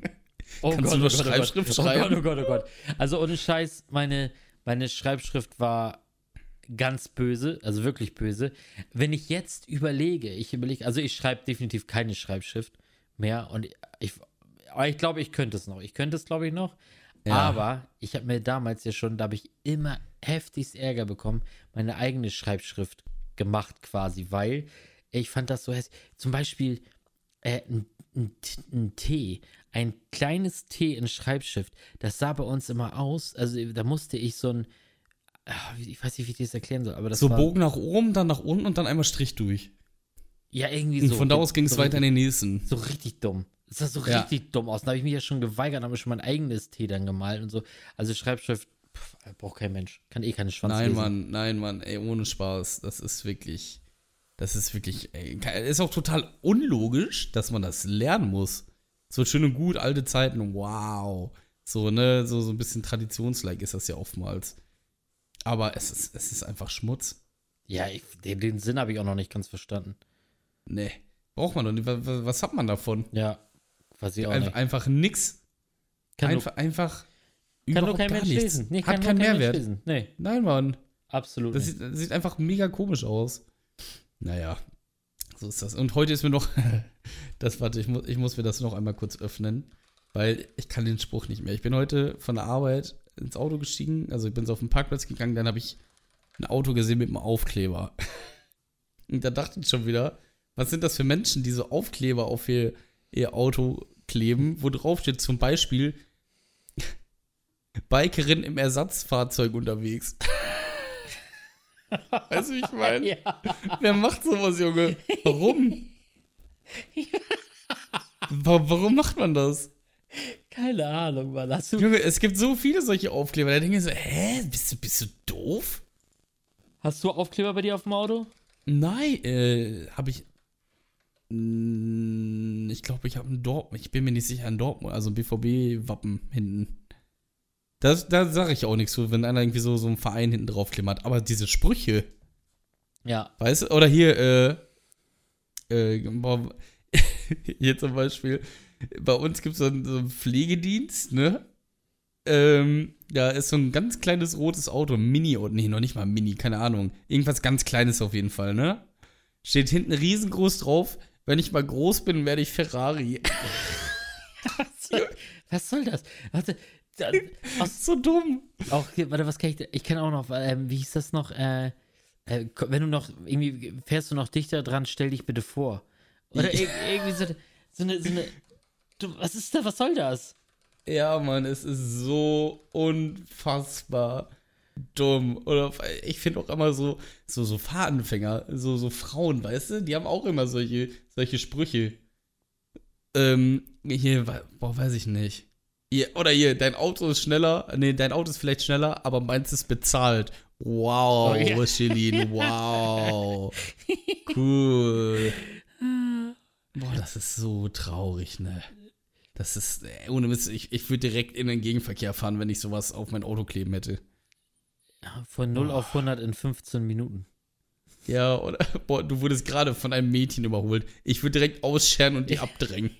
Oh Kannst Gott, du nur oh Gott, oh Schreibschrift Gott. schreiben? Oh Gott, oh Gott, oh Gott. Also ohne Scheiß, meine, meine Schreibschrift war ganz böse, also wirklich böse. Wenn ich jetzt überlege, ich überlege, also ich schreibe definitiv keine Schreibschrift mehr und ich, aber ich glaube, ich könnte es noch. Ich könnte es, glaube ich, noch. Ja. Aber ich habe mir damals ja schon, da habe ich immer heftigst Ärger bekommen, meine eigene Schreibschrift gemacht quasi, weil ich fand das so hässlich. Zum Beispiel äh, ein, ein, ein T, ein kleines T in Schreibschrift, das sah bei uns immer aus, also da musste ich so ein, ah, ich weiß nicht, wie ich das erklären soll, aber das So war, Bogen nach oben, dann nach unten und dann einmal Strich durch. ja, irgendwie Und so. von da aus ging es so weiter in richtig, den nächsten. so richtig dumm. Das sah so Ja. richtig dumm aus. Da habe ich mich ja schon geweigert, habe schon mein eigenes T dann gemalt und so. Also Schreibschrift, pff, braucht kein Mensch. Kann eh keine Schwanz Nein, lesen. Mann, nein, Mann, ey, ohne Spaß. Das ist wirklich, das ist wirklich, ey, ist auch total unlogisch, dass man das lernen muss. So schön und gut, alte Zeiten, wow. So, ne, so, so ein bisschen traditionslike ist das ja oftmals. Aber es ist, es ist einfach Schmutz. Ja, ich, den, den Sinn habe ich auch noch nicht ganz verstanden. Nee, braucht man doch nicht. Was, was hat man davon? Ja, weiß ich auch Ein, nicht. einfach nix. Kann Einfach, einfach nur, kann nur überhaupt kein gar Mensch nichts. lesen. Nee, Hat kann nur keinen kein Mehrwert. Mensch lesen. Nee, Nein, Mann. absolut Das nicht. sieht, das sieht einfach mega komisch aus. Naja, so ist das. Und heute ist mir noch, das, warte, ich, mu ich muss mir das noch einmal kurz öffnen, weil ich kann den Spruch nicht mehr. Ich bin heute von der Arbeit ins Auto gestiegen, also ich bin so auf den Parkplatz gegangen, dann habe ich ein Auto gesehen mit einem Aufkleber. Und da dachte ich schon wieder, was sind das für Menschen, die so Aufkleber auf ihr, ihr Auto kleben, wo drauf steht zum Beispiel Bikerin im Ersatzfahrzeug unterwegs. Weißt du, wie ich meine? Ja. Wer macht sowas, Junge? Warum? Wa- Warum macht man das? Keine Ahnung, Mann. Hast du, Junge, es gibt so viele solche Aufkleber. Da denke ich so, hä, bist du, bist du doof? hast du Aufkleber bei dir auf dem Auto? Nein, äh, habe ich. Mm, Ich glaube, ich habe einen Dortmund. Ich bin mir nicht sicher, ein Dortmund, also ein B V B-Wappen hinten. Das, da sage ich auch nichts zu, wenn einer irgendwie so, so einen Verein hinten drauf klimmert. Aber diese Sprüche, Ja. weißt du? Oder hier, äh, äh, boah, hier zum Beispiel, bei uns gibt es so einen, so einen Pflegedienst, ne? Ähm, da ist so ein ganz kleines rotes Auto, Mini, oder nee, noch nicht mal Mini, keine Ahnung. Irgendwas ganz Kleines auf jeden Fall, ne? Steht hinten riesengroß drauf, wenn ich mal groß bin, werde ich Ferrari. Was soll, was soll das? Warte, aus, so dumm. auch, warte, was kann ich, ich kann auch noch, ähm, wie hieß das noch, äh, äh, wenn du noch, irgendwie, fährst du noch dichter dran, stell dich bitte vor. Oder ir irgendwie so, so eine, so eine, du, was ist da, was soll das? Ja, Mann, es ist so unfassbar dumm. Oder ich finde auch immer so, so, so Fahranfänger, so, so Frauen, weißt du, die haben auch immer solche, solche Sprüche. Ähm, hier, boah, weiß ich nicht. Hier, oder hier, dein Auto ist schneller, nee, dein Auto ist vielleicht schneller, aber meins ist bezahlt. Wow, Oh, ja. Shelin, wow. Cool. Boah, das ist so traurig, ne? Das ist, ey, ohne Mist, ich, ich würde direkt in den Gegenverkehr fahren, wenn ich sowas auf mein Auto kleben hätte. Von null Oh. auf hundert in fünfzehn Minuten. Ja, oder, boah, du wurdest gerade von einem Mädchen überholt. Ich würde direkt ausscheren und die abdrängen.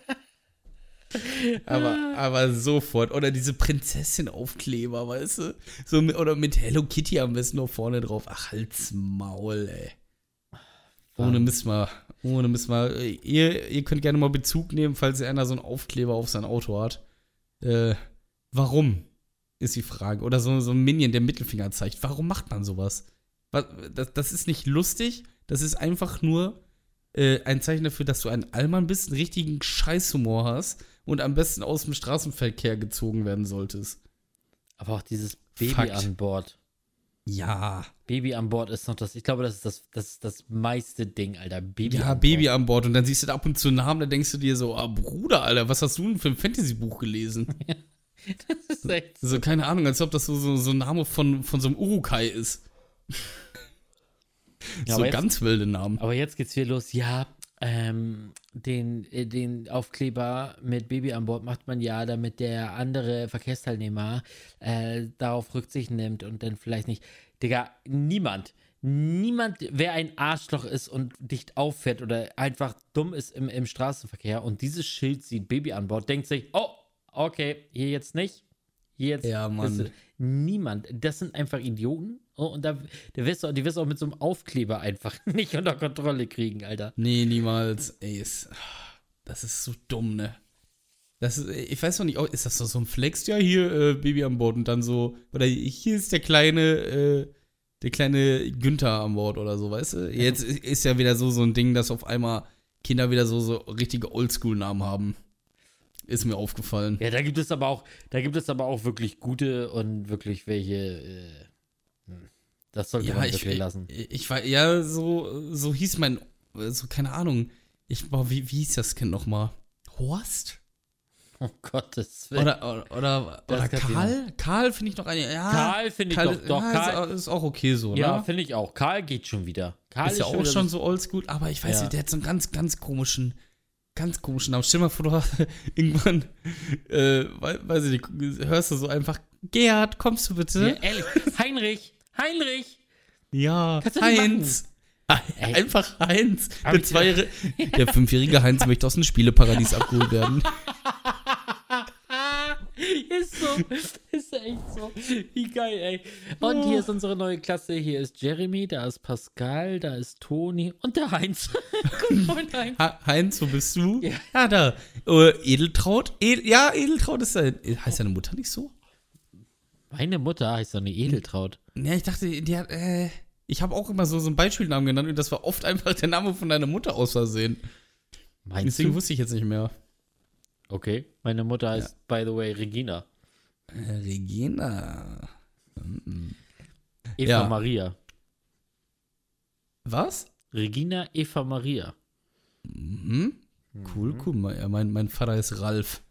aber, aber sofort. Oder diese Prinzessin-Aufkleber, weißt du? So, mit, oder mit Hello Kitty am besten noch vorne drauf. Ach, halt's Maul, ey. Ohne Mist mal. Ohne Mist mal. Ihr, ihr könnt gerne mal Bezug nehmen, falls einer so einen Aufkleber auf sein Auto hat. Äh, warum? Ist die Frage. Oder so, so ein Minion, der Mittelfinger zeigt. Warum macht man sowas? Was, das, das ist nicht lustig. Das ist einfach nur äh, ein Zeichen dafür, dass du ein Allmann bist, einen richtigen Scheißhumor hast und am besten aus dem Straßenverkehr gezogen werden solltest. Aber auch dieses Baby Fakt. an Bord. Ja. Baby an Bord ist noch das, ich glaube, das ist das, das, ist das meiste Ding, Alter. Baby Ja, an Baby Bord. an Bord. Und dann siehst du da ab und zu einen Namen, da denkst du dir so, ah, Bruder, Alter, was hast du denn für ein Fantasy-Buch gelesen? Das ist echt So, keine Ahnung, als ob das so, so, so ein Name von, von so einem Urukai ist. Ja, so aber jetzt- ganz wilde Namen. Aber jetzt geht's wieder los. Ja, ähm, den, äh, den Aufkleber mit Baby an Bord macht man ja, damit der andere Verkehrsteilnehmer äh, darauf Rücksicht nimmt und dann vielleicht nicht. Digga, niemand, niemand, wer ein Arschloch ist und dicht auffährt oder einfach dumm ist im, im Straßenverkehr und dieses Schild sieht Baby an Bord, denkt sich, oh, okay, hier jetzt nicht. Hier jetzt. Ja, Mann. ist- Niemand. Das sind einfach Idioten. Oh, und da, der wirst du, die wirst du auch mit so einem Aufkleber einfach nicht unter Kontrolle kriegen, Alter. Nee, niemals. Ey, ist, das ist so dumm, ne? Das ist, ich weiß noch nicht, ist das so, so ein Flex? Ja, hier, äh, Baby an Bord und dann so, oder hier ist der kleine, äh, der kleine Günther an Bord oder so, weißt du? Jetzt ist ja wieder so, so ein Ding, dass auf einmal Kinder wieder so, so richtige Oldschool-Namen haben. Ist mir aufgefallen. Ja, da gibt es aber auch, da gibt es aber auch wirklich gute und wirklich welche, äh, hm, das sollte Ja, man ich, wirklich ich, lassen. ich war, ja, so, so hieß mein, so, keine Ahnung. Ich, boah, wie, wie hieß das Kind nochmal? Horst? Oh Gottes Willen. Oder, oder, oder, Das oder kann sie Karl? Karl finde ich noch eine, ja. Karl finde ich Karl, doch, doch, ja, Karl, Ist, ist auch okay so, ja, ne? finde ich auch. Karl geht schon wieder. Karl Ist ja auch wieder schon so- so oldschool, aber ich weiß Ja. nicht, der hat so einen ganz, ganz komischen, ganz komischen Namen. Stell dir mal vor, du hast irgendwann, äh, wei- weiß ich nicht, hörst du so einfach, Gerhard, kommst du Ja, bitte? ehrlich. Heinrich, Heinrich. Ja, Kannst du nicht Heinz. Ey. Einfach Heinz. Hab Der, ich- zweijährige, der fünfjährige Heinz möchte aus dem Spieleparadies abgeholt werden. Ist so, ist echt so. Wie geil, ey. Und hier ist unsere neue Klasse. Hier ist Jeremy, da ist Pascal, da ist Toni und der Heinz. Guck mal, Heinz. Ha Heinz, wo bist du? Ja. Ja, da. Äh, Edeltraut? Edel ja, Edeltraut ist sein. Heißt deine Mutter nicht so? Meine Mutter heißt doch eine Edeltraut. Ja, ich dachte, die hat, äh, ich habe auch immer so, so einen Beispielnamen genannt und das war oft einfach der Name von deiner Mutter aus Versehen. Meinst Deswegen du? wusste ich jetzt nicht mehr. Okay. Meine Mutter heißt, by the way, Regina. Äh, Regina. Eva Ja. Maria. Was? Regina Eva Maria. Mhm. Cool, cool. Mein- Ja, mein, mein Vater ist Ralf.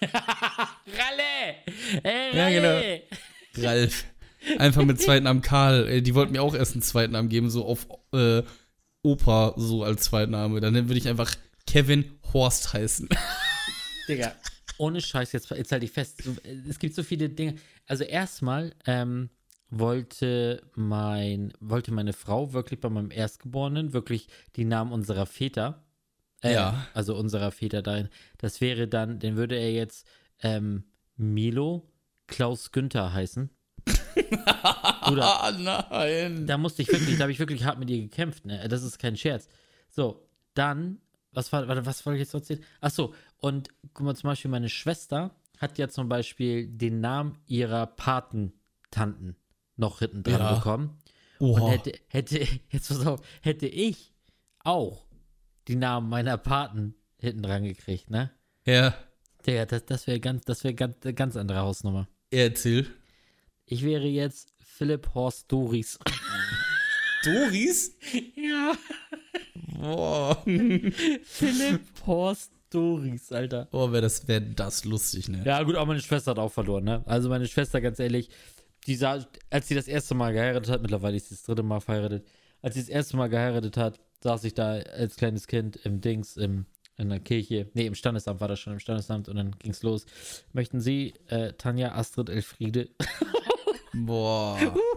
Ralle! Ey, Ja, Ralle! Ralf. Einfach mit zweiten Namen Karl. Äh, Die wollten mir auch erst einen zweiten Namen geben, so auf äh, Opa so als Zweitname. Dann würde ich einfach Kevin Horst heißen. Digga, ohne Scheiß, jetzt, jetzt halte ich fest. So, es gibt so viele Dinge. Also erstmal ähm, wollte mein, wollte meine Frau wirklich bei meinem Erstgeborenen wirklich die Namen unserer Väter, äh, Ja. also unserer Väter dahin, das wäre dann, den würde er jetzt ähm, Milo Klaus Günther heißen. Oder Ah, nein. da musste ich wirklich, da habe ich wirklich hart mit ihr gekämpft, ne? Das ist kein Scherz. So, dann, was war, warte, was wollte ich jetzt erzählen? Ach so, und guck mal, zum Beispiel meine Schwester hat ja zum Beispiel den Namen ihrer Patentanten noch hinten dran Ja. bekommen. Oha. Und hätte, hätte, jetzt pass auf, hätte ich auch die Namen meiner Paten hinten dran gekriegt, ne? Ja, Digga, das, das wäre ganz, das wäre ganz, eine ganz andere Hausnummer. erzähl. Ich wäre jetzt Philipp Horst Doris. Doris? Ja. Boah. Philipp Horst Doris, Alter. Oh, wäre das, wär das lustig, ne? Ja, gut, auch meine Schwester hat auch verloren, ne? Also meine Schwester, ganz ehrlich, die sah, als sie das erste Mal geheiratet hat, mittlerweile ist sie das dritte Mal verheiratet, als sie das erste Mal geheiratet hat, saß ich da als kleines Kind im Dings, im, in der Kirche, nee, im Standesamt war das schon, im Standesamt und dann ging's los. Möchten Sie, äh, Tanja, Astrid, Elfriede? Boah.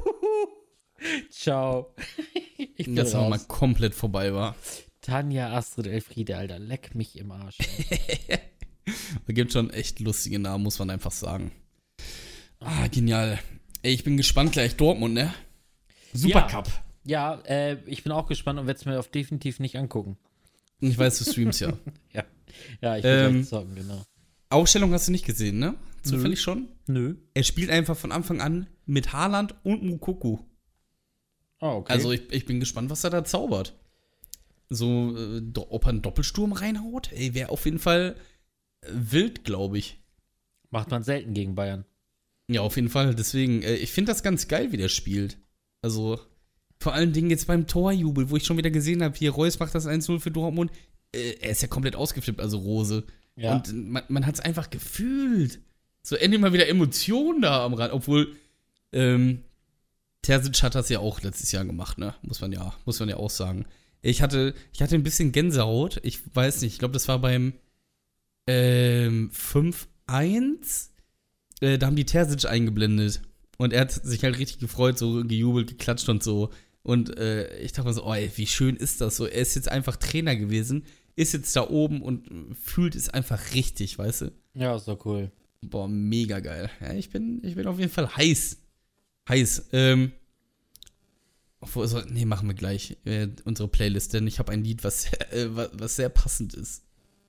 Ciao. Ich bin Das auch mal raus. komplett vorbei war. Tanja, Astrid, Elfriede, Alter, leck mich im Arsch. Da gibt schon echt lustige Namen, muss man einfach sagen. Ah, genial. Ey, ich bin gespannt gleich. Dortmund, ne? Supercup. Ja, äh, ich bin auch gespannt und werde es mir auf definitiv nicht angucken. Ich weiß, du streamst ja. Ja, ja ich will Ähm, gleich zocken, genau. Ausstellung hast du nicht gesehen, ne? Zufällig schon? Nö. Er spielt einfach von Anfang an mit Haaland und Mukoko. Oh, okay. Also ich, ich bin gespannt, was er da zaubert. So, äh, do- ob er einen Doppelsturm reinhaut? Ey, wäre auf jeden Fall äh, wild, glaube ich. Macht man selten gegen Bayern. Ja, auf jeden Fall. Deswegen, äh, ich finde das ganz geil, wie der spielt. Also, vor allen Dingen jetzt beim Torjubel, wo ich schon wieder gesehen habe, hier Reus macht das eins null für Dortmund. Äh, er ist ja komplett ausgeflippt, also Rose. Ja. Und man, man hat es einfach gefühlt. So endlich mal wieder Emotionen da am Rand. Obwohl, ähm, Terzic hat das ja auch letztes Jahr gemacht, ne? Muss man ja, muss man ja auch sagen. Ich hatte, ich hatte ein bisschen Gänsehaut. Ich weiß nicht, ich glaube, das war beim ähm, fünf eins. Äh, da haben die Terzic eingeblendet. Und er hat sich halt richtig gefreut, so gejubelt, geklatscht und so. Und äh, ich dachte mir so, oh, ey, wie schön ist das so? Er ist jetzt einfach Trainer gewesen, ist jetzt da oben und fühlt es einfach richtig, weißt du? Ja, ist doch cool. Boah, mega geil. Ja, ich bin, ich bin auf jeden Fall heiß. Heiß. Ähm, obwohl, so, nee, machen wir gleich äh, unsere Playlist, denn ich habe ein Lied, was, äh, was, was sehr passend ist.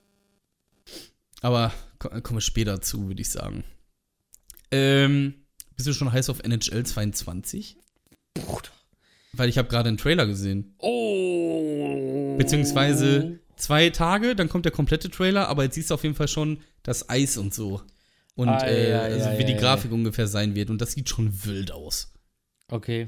Aber ko- kommen wir später zu, würde ich sagen. Ähm, bist du schon heiß auf N H L zweiundzwanzig? Bruder. Weil ich habe gerade einen Trailer gesehen. Oh. Beziehungsweise zwei Tage, dann kommt der komplette Trailer, aber jetzt siehst du auf jeden Fall schon das Eis und so. Und Ah, äh, ja, also ja, wie die ja, Grafik ungefähr sein wird. Und das sieht schon wild aus. Okay.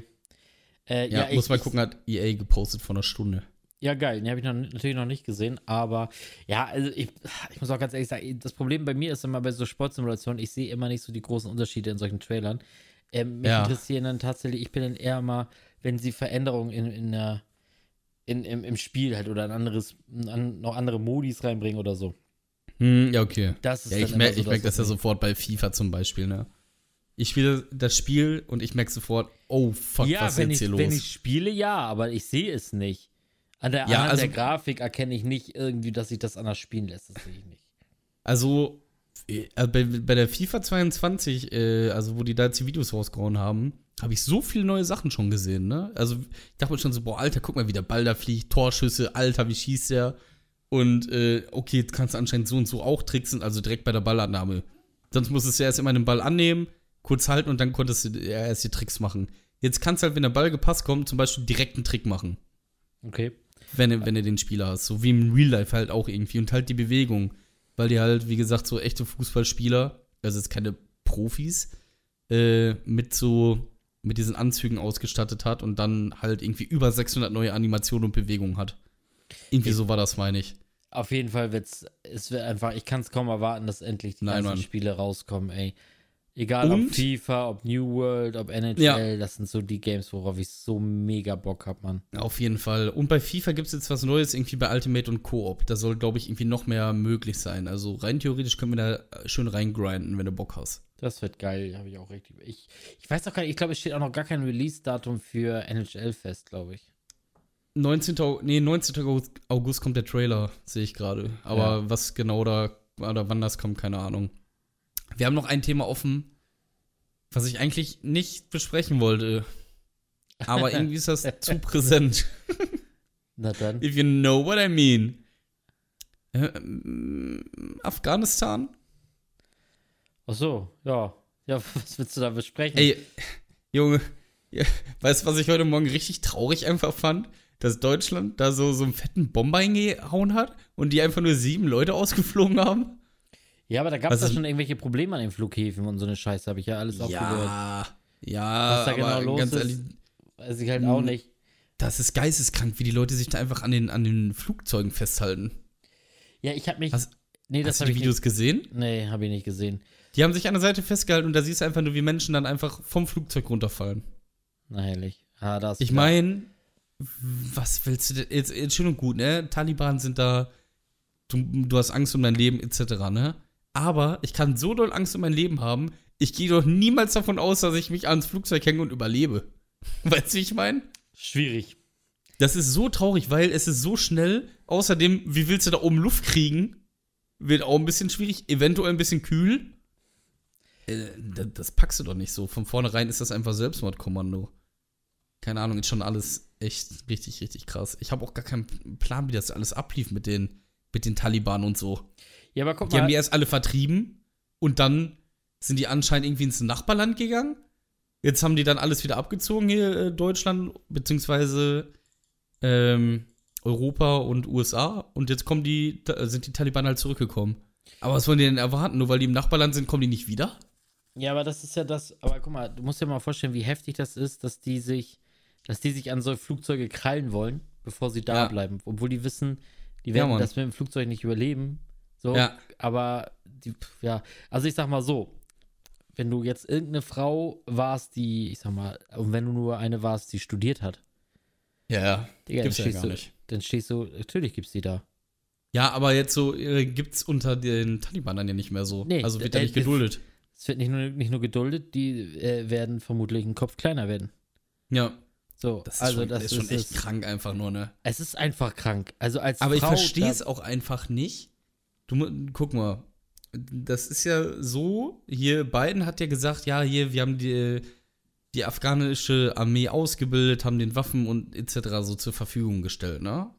Äh, Ja, ja, muss ich, mal ich, gucken, hat E A gepostet vor einer Stunde. Ja, geil. Den habe ich noch, natürlich noch nicht gesehen, aber ja, also ich, ich muss auch ganz ehrlich sagen, das Problem bei mir ist immer bei so Sportsimulationen, ich sehe immer nicht so die großen Unterschiede in solchen Trailern. Ähm, mich Ja. interessieren dann tatsächlich, ich bin dann eher mal, wenn sie Veränderungen in, in der, in, im, im Spiel halt oder ein anderes, an, noch andere Modis reinbringen oder so. Hm, ja, okay. Das ist Ja, dann ich immer merke so ich merk das ja was mich- sofort bei FIFA zum Beispiel, ne? Ich spiele das Spiel und ich merke sofort, oh fuck, Ja, was ist wenn jetzt ich, hier wenn los? ich spiele, ja, aber ich sehe es nicht. An der, Ja, anhand also- der Grafik erkenne ich nicht irgendwie, dass sich das anders spielen lässt. Das sehe ich nicht. Also, äh, bei, bei der FIFA zweiundzwanzig, äh, also wo die da jetzt die Videos rausgehauen haben, habe ich so viele neue Sachen schon gesehen, ne? Also, ich dachte mir schon so, boah, Alter, guck mal, wie der Ball da fliegt, Torschüsse, Alter, wie schießt der? Und, äh, okay, jetzt kannst du anscheinend so und so auch tricksen, also direkt bei der Ballannahme. Sonst musstest du erst immer den Ball annehmen, kurz halten und dann konntest du ja, erst die Tricks machen. Jetzt kannst du halt, wenn der Ball gepasst kommt, zum Beispiel direkt einen Trick machen. Okay. Wenn, du- wenn du den Spieler hast. So wie im Real Life halt auch irgendwie. Und halt die Bewegung. Weil die halt, wie gesagt, so echte Fußballspieler, also jetzt keine Profis, äh, mit so, mit diesen Anzügen ausgestattet hat und dann halt irgendwie über sechshundert neue Animationen und Bewegungen hat. Irgendwie Ich- so war das, meine ich. Auf jeden Fall wird's, es wird einfach, ich kann es kaum erwarten, dass endlich die Nein, ganzen Mann. Spiele rauskommen, ey. Egal Und? ob FIFA, ob New World, ob N H L, Ja. das sind so die Games, worauf ich so mega Bock hab, Mann. Auf jeden Fall. Und bei FIFA gibt es jetzt was Neues, irgendwie bei Ultimate und Koop. Da soll, glaube ich, irgendwie noch mehr möglich sein. Also rein theoretisch können wir da schön reingrinden, wenn du Bock hast. Das wird geil, habe ich auch richtig. Ich, ich weiß auch gar nicht, ich glaube, es steht auch noch gar kein Release-Datum für N H L fest, glaube ich. neunzehnten Au- nee, neunzehnten August kommt der Trailer, sehe ich gerade. Aber Ja. was genau da, oder wann das kommt, keine Ahnung. Wir haben noch ein Thema offen, was ich eigentlich nicht besprechen wollte. Aber irgendwie ist das zu präsent. Na dann. If you know what I mean. Äh, ähm, Afghanistan? Ach so, ja. Ja, was willst du da besprechen? Ey, Junge, ja, weißt du, was ich heute Morgen richtig traurig einfach fand? Dass Deutschland da so, so einen fetten Bomber hingehauen hat und die einfach nur sieben Leute ausgeflogen haben. Ja, aber da gab es ja schon irgendwelche Probleme an den Flughäfen und so eine Scheiße, habe ich ja alles aufgehört. Ja, ja, was da aber genau los ganz ist, ehrlich, weiß ich halt auch nicht. Das ist geisteskrank, wie die Leute sich da einfach an den, an den Flugzeugen festhalten. Ja, ich habe mich. Hast, nee, das hast du habe die ich Videos nicht gesehen? Nee, habe ich nicht gesehen. Die haben sich an der Seite festgehalten und da siehst du einfach nur, wie Menschen dann einfach vom Flugzeug runterfallen. Na, herrlich. Ah, das Ich meine, was willst du denn? Jetzt, jetzt schön und gut, ne? Taliban sind da, du, du hast Angst um dein Leben, et cetera, ne? Aber ich kann so doll Angst um mein Leben haben, ich gehe doch niemals davon aus, dass ich mich ans Flugzeug hänge und überlebe. Weißt du, wie ich meine? Schwierig. Das ist so traurig, weil es ist so schnell. Außerdem, wie willst du da oben Luft kriegen? Wird auch ein bisschen schwierig, eventuell ein bisschen kühl. Äh, das, das packst du doch nicht so. Von vornherein ist das einfach Selbstmordkommando. Keine Ahnung, ist schon alles echt richtig, richtig krass. Ich habe auch gar keinen Plan, wie das alles ablief mit den, mit den Taliban und so. Ja, aber guck Die mal. haben die erst alle vertrieben und dann sind die anscheinend irgendwie ins Nachbarland gegangen. Jetzt haben die dann alles wieder abgezogen hier, äh, Deutschland, beziehungsweise ähm, Europa und U S A. Und jetzt kommen die, da sind die Taliban halt zurückgekommen. Aber was wollen die denn erwarten? Nur weil die im Nachbarland sind, kommen die nicht wieder? Ja, aber das ist ja das, aber guck mal, du musst dir mal vorstellen, wie heftig das ist, dass die sich, dass die sich an so Flugzeuge krallen wollen, bevor sie da Ja. bleiben. Obwohl die wissen, die Ja, werden Mann. das mit dem Flugzeug nicht überleben. So, Ja. aber die, pf, ja, also ich sag mal so, wenn du jetzt irgendeine Frau warst, die, ich sag mal, und wenn du nur eine warst, die studiert hat, Ja, ja. Digga, Gibt's dann ja stehst gar du, nicht. dann stehst du, natürlich gibt's die da. Ja, aber jetzt so äh, gibt's unter den Taliban dann ja nicht mehr so. Nee, also wird äh, da nicht äh, geduldet. Es wird nicht nur, nicht nur geduldet, die äh, werden vermutlich einen Kopf kleiner werden. Ja. So, Das ist also schon, das ist schon ist echt es. krank einfach nur, ne? Es ist einfach krank. Also als Aber ich Frau, verstehe es da- auch einfach nicht. Du, mu- guck mal, das ist ja so, hier Biden hat ja gesagt, ja, hier, wir haben die, die afghanische Armee ausgebildet, haben den Waffen und et cetera so zur Verfügung gestellt, ne?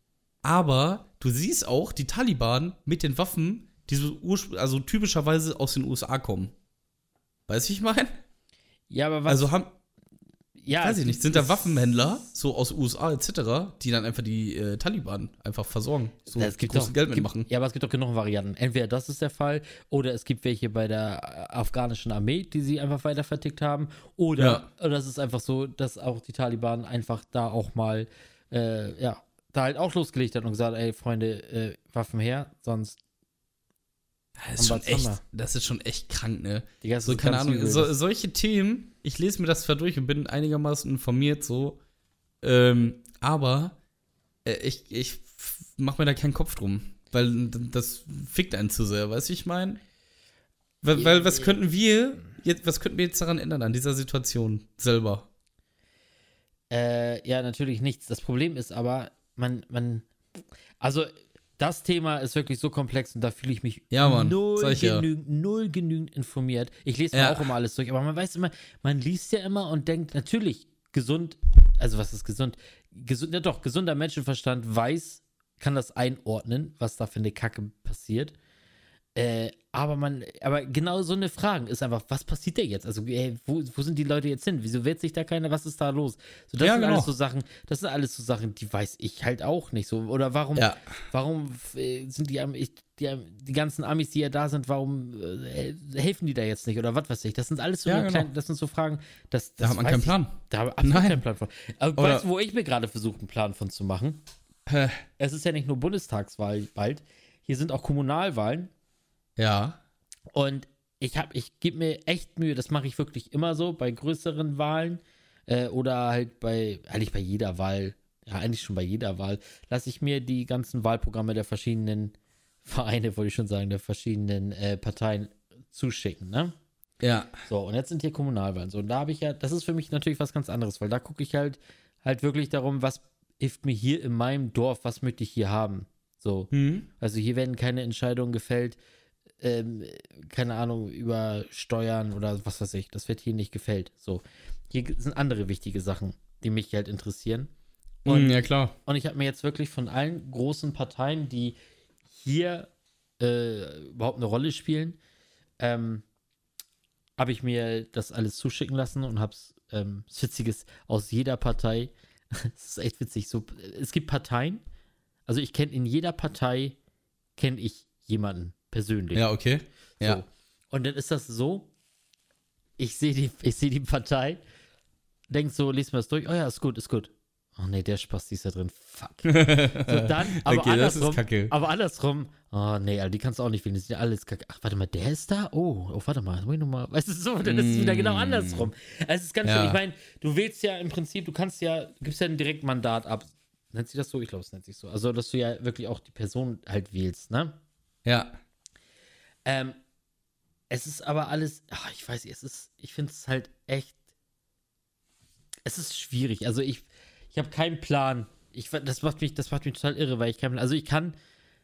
Aber du siehst auch die Taliban mit den Waffen, die so urspr- also typischerweise aus den U S A kommen. Weißt du, wie ich meine? Ja, aber was? Also haben, ja, weiß es ich nicht, gibt- sind da es- Waffenhändler, so aus U S A et cetera, die dann einfach die äh, Taliban einfach versorgen. So Ja, es gibt großes doch, Geld gibt, mitmachen. Ja, aber es gibt doch genug Varianten. Entweder das ist der Fall, oder es gibt welche bei der äh, afghanischen Armee, die sie einfach weiter vertickt haben, oder, Ja. oder es ist einfach so, dass auch die Taliban einfach da auch mal, äh, ja, da halt auch losgelegt hat und gesagt, ey, Freunde, äh, Waffen her, sonst, Das ist, schon Haben wir- echt, haben das ist schon echt krank, ne? Digga, das So, ist keine ganz Ahnung, übel. so, Das- solche Themen, ich lese mir das zwar durch und bin einigermaßen informiert, so, ähm, aber äh, ich, ich f- mach mir da keinen Kopf drum, weil d- das fickt einen zu sehr, weißt du, wie ich meine? Weil, weil was könnten wir, jetzt, was könnten wir jetzt daran ändern, an dieser Situation selber? Äh, ja, natürlich nichts. Das Problem ist aber, man, man, also das Thema ist wirklich so komplex und da fühle ich mich Ja, Mann, null, sag ich ja. genügend, null genügend informiert. Ich lese Ja. mir auch immer alles durch, aber man weiß immer, man liest ja immer und denkt, natürlich, gesund, also was ist gesund? Gesund, ja doch, gesunder Menschenverstand weiß, kann das einordnen, was da für eine Kacke passiert. Äh, aber man, aber genau so eine Frage ist einfach, was passiert da jetzt? Also, ey, wo, wo sind die Leute jetzt hin? Wieso wird sich da keiner, was ist da los? So, das Ja, sind genau. alles so Sachen, das sind alles so Sachen, die weiß ich halt auch nicht so. Oder warum, Ja. warum äh, sind die, Am- ich, die, Am- die ganzen Amis, die ja da sind, warum äh, helfen die da jetzt nicht? Oder was weiß ich? Das sind alles so Ja, eine genau. kleine, das sind so Fragen, das, Da das hat man weiß keinen ich- Plan. Da habe ich absolut Nein. keinen Plan von. Aber Oder- weißt du, wo ich mir gerade versuche, einen Plan von zu machen? Hä? Es ist ja nicht nur Bundestagswahl bald, hier sind auch Kommunalwahlen. Ja. Und ich habe, ich gebe mir echt Mühe, das mache ich wirklich immer so bei größeren Wahlen äh, oder halt bei, eigentlich bei jeder Wahl, ja eigentlich schon bei jeder Wahl, lasse ich mir die ganzen Wahlprogramme der verschiedenen Vereine, wollte ich schon sagen, der verschiedenen äh, Parteien zuschicken, ne? Ja. So, und jetzt sind hier Kommunalwahlen. So, und da habe ich ja, das ist für mich natürlich was ganz anderes, weil da gucke ich halt, halt wirklich darum, was hilft mir hier in meinem Dorf, was möchte ich hier haben? So. Hm. Also hier werden keine Entscheidungen gefällt, ähm, keine Ahnung, über Steuern oder was weiß ich. Das wird hier nicht gefällt. So. Hier sind andere wichtige Sachen, die mich halt interessieren. Und, Hm, ja, klar. und ich habe mir jetzt wirklich von allen großen Parteien, die hier äh, überhaupt eine Rolle spielen, ähm, habe ich mir das alles zuschicken lassen und habe ähm, das Witziges aus jeder Partei. Es ist echt witzig. So, es gibt Parteien, also ich kenne in jeder Partei, kenne ich jemanden persönlich. Ja, okay. Ja. So. Und dann ist das so, ich sehe die, ich sehe die Partei, denk so, lies mir das durch, oh ja, ist gut, ist gut. Oh nee, der Spaß, die ist da drin, fuck. So dann, aber okay, das andersrum, ist kacke. aber andersrum, oh nee, Alter, die kannst du auch nicht wählen, die sind ja alles kacke. Ach, warte mal, der ist da? Oh, oh, warte mal, muss ich noch mal, weißt du, so, dann ist es wieder genau andersrum. Es ist ganz Ja. schön, ich meine, du wählst ja im Prinzip, du kannst ja, du gibst ja ein Direktmandat ab. Nennt sich das so? Ich glaube, es nennt sich so. Also, dass du ja wirklich auch die Person halt wählst, ne? Ja. Ähm, es ist aber alles, ach, ich weiß nicht, es ist, ich finde es halt echt, es ist schwierig. Also ich, ich habe keinen Plan. Ich, das macht mich, das macht mich total irre, weil ich keinen Plan, also ich kann